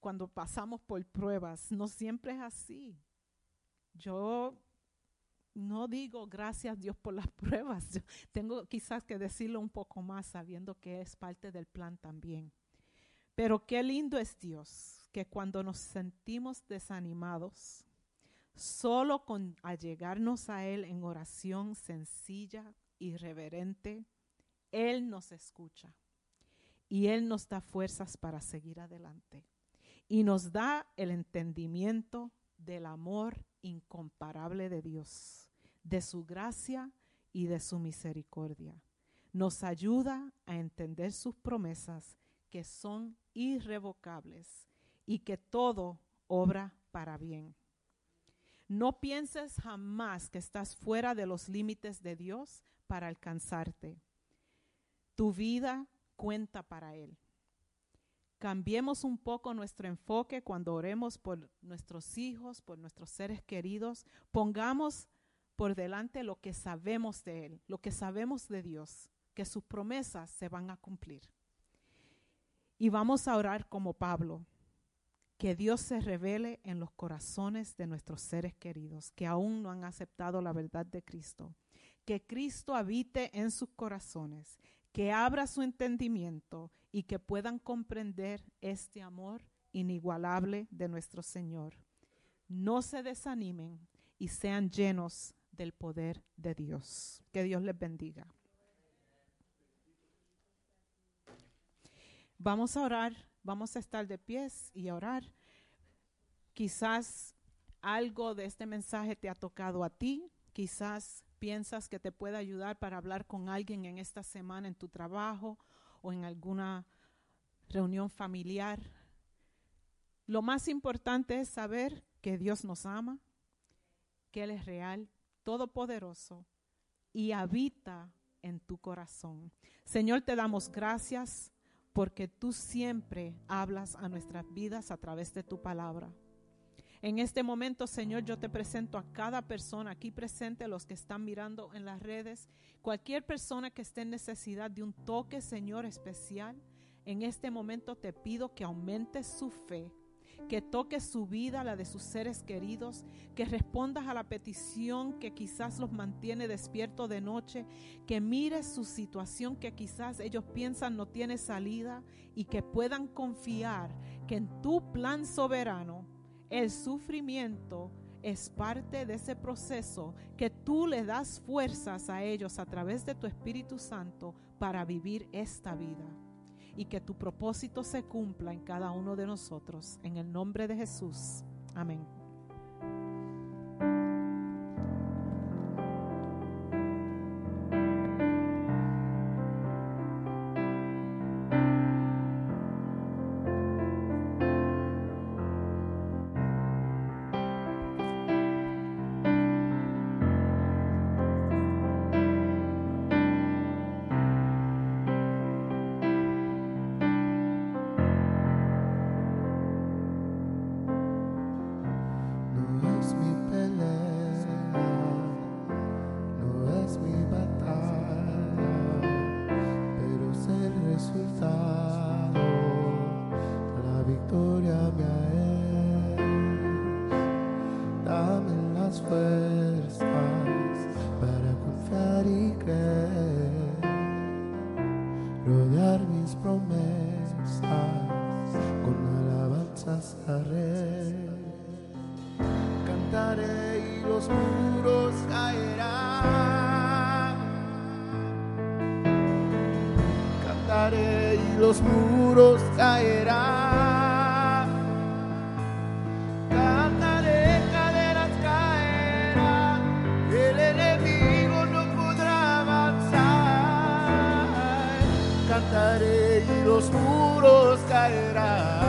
cuando pasamos por pruebas. No siempre es así. Yo no digo gracias Dios por las pruebas. Yo tengo quizás que decirlo un poco más sabiendo que es parte del plan también. Pero qué lindo es Dios, que cuando nos sentimos desanimados, solo con allegarnos a Él en oración sencilla y reverente, Él nos escucha y Él nos da fuerzas para seguir adelante y nos da el entendimiento del amor incomparable de Dios, de su gracia y de su misericordia. Nos ayuda a entender sus promesas que son irrevocables y que todo obra para bien. No pienses jamás que estás fuera de los límites de Dios para alcanzarte. Tu vida cuenta para Él. Cambiemos un poco nuestro enfoque cuando oremos por nuestros hijos, por nuestros seres queridos. Pongamos por delante lo que sabemos de Él, lo que sabemos de Dios, que sus promesas se van a cumplir. Y vamos a orar como Pablo, que Dios se revele en los corazones de nuestros seres queridos que aún no han aceptado la verdad de Cristo. Que Cristo habite en sus corazones, que abra su entendimiento y que puedan comprender este amor inigualable de nuestro Señor. No se desanimen y sean llenos del poder de Dios. Que Dios les bendiga. Vamos a orar. Vamos a estar de pies y a orar. Quizás algo de este mensaje te ha tocado a ti. Quizás piensas que te puede ayudar para hablar con alguien en esta semana en tu trabajo o en alguna reunión familiar. Lo más importante es saber que Dios nos ama, que Él es real, todopoderoso y habita en tu corazón. Señor, te damos gracias porque tú siempre hablas a nuestras vidas a través de tu palabra. En este momento, Señor, yo te presento a cada persona aquí presente, los que están mirando en las redes, cualquier persona que esté en necesidad de un toque, Señor, especial. En este momento te pido que aumentes su fe, que toques su vida, la de sus seres queridos, que respondas a la petición que quizás los mantiene despiertos de noche, que mires su situación que quizás ellos piensan no tiene salida y que puedan confiar que en tu plan soberano el sufrimiento es parte de ese proceso, que tú le das fuerzas a ellos a través de tu Espíritu Santo para vivir esta vida. Y que tu propósito se cumpla en cada uno de nosotros. En el nombre de Jesús. Amén. Los muros caerán, cantaré, cadenas caerán, el enemigo no podrá avanzar, cantaré y los muros caerán.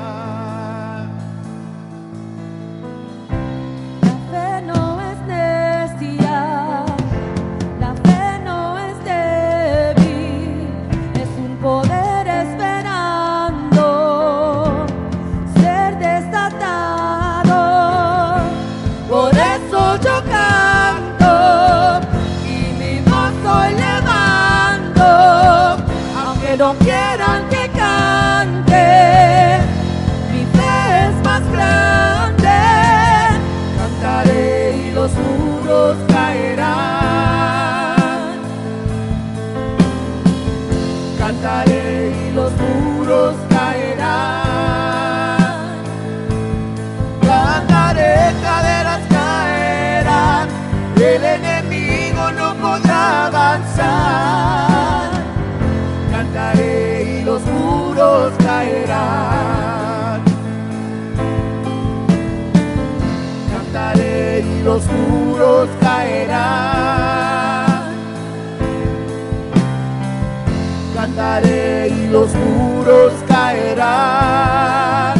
La fe no es necia, la fe no es débil, es un poder esperando. el enemigo no podrá avanzar. Cantaré y los muros caerán. Cantaré y los muros caerán. Cantaré y los muros caerán.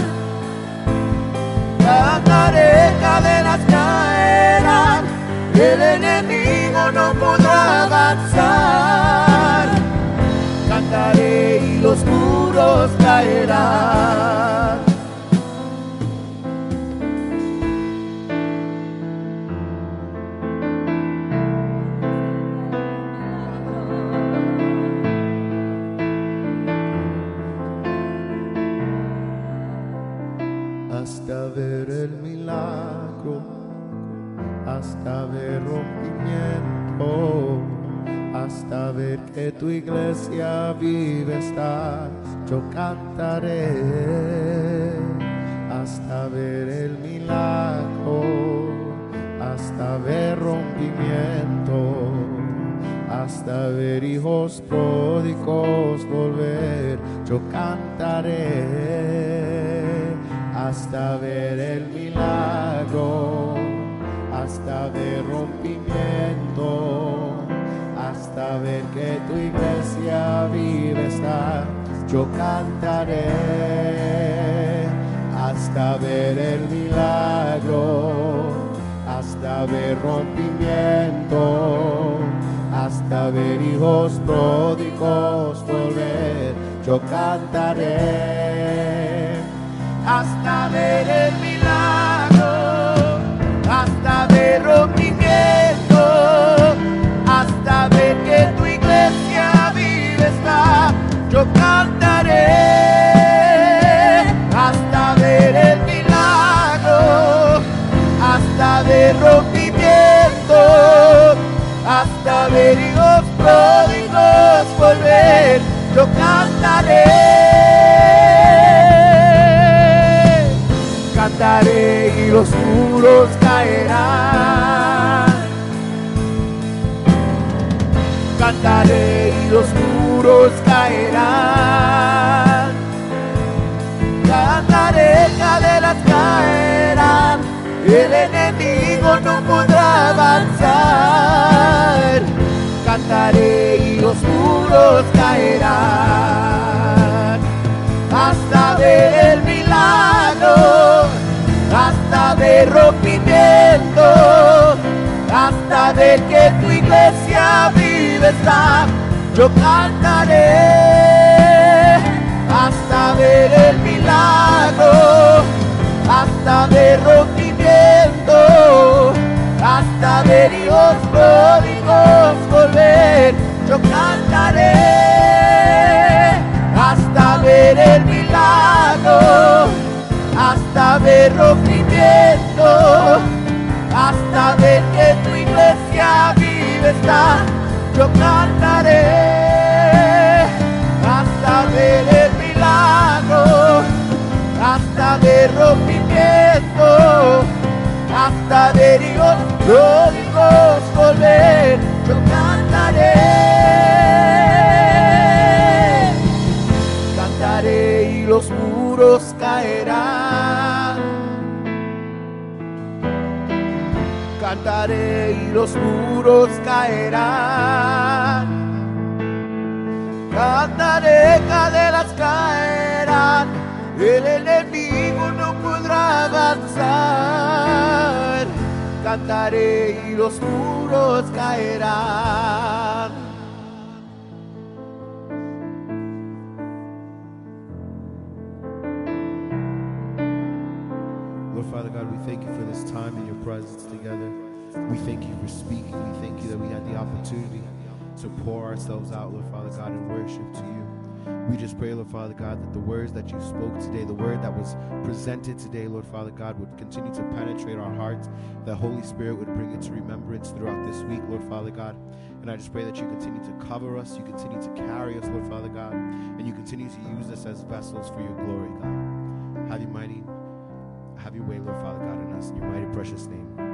Cantaré, cadenas caerán. El enemigo no podrá avanzar. Cantaré y los muros caerán. Hasta ver el milagro, hasta ver rompimiento, hasta ver que tu iglesia vive estás, yo cantaré. Hasta ver el milagro, hasta ver rompimiento, hasta ver hijos pródigos volver, yo cantaré. Hasta ver el milagro, hasta ver rompimiento, hasta ver que tu iglesia vive está, yo cantaré. Hasta ver el milagro, hasta ver rompimiento, hasta ver hijos pródigos volver, yo cantaré. Hasta ver el milagro, hasta ver rompimiento, hasta ver que tu iglesia vive está, yo cantaré. Hasta ver el milagro, hasta ver rompimiento, hasta ver hijos pródigos volver, yo cantaré. Cantaré y los muros caerán. Cantaré y los muros caerán. Cantaré, cadenas caerán. El enemigo no podrá avanzar. Cantaré y los muros caerán. Hasta ver el milagro, hasta ver rompimiento, hasta ver que tu iglesia vive está, yo cantaré. Hasta ver el milagro, hasta ver rompimiento, hasta ver hijos pródigos volver, yo cantaré. Hasta ver el milagro, hasta ver rompimiento, hasta ver que tu iglesia vive está, yo cantaré. Hasta ver el milagro, hasta ver rompimiento, hasta ver hijos pródigos volver, yo cantaré. Cantaré y los muros caerán. Cantaré y los muros caerán. Cantaré, cadenas caerán. El enemigo no podrá avanzar. Cantaré y los muros caerán. Lord Father God, we thank you for this time in your presence together. We thank you for speaking. We thank you that we had the opportunity to pour ourselves out, Lord Father God, in worship to you. We just pray, Lord Father God, that the words that you spoke today, the word that was presented today, Lord Father God, would continue to penetrate our hearts, that Holy Spirit would bring it to remembrance throughout this week, Lord Father God. And I just pray that you continue to cover us, you continue to carry us, Lord Father God, and you continue to use us as vessels for your glory, God. Have your way, Lord Father God, in us, in your mighty precious name.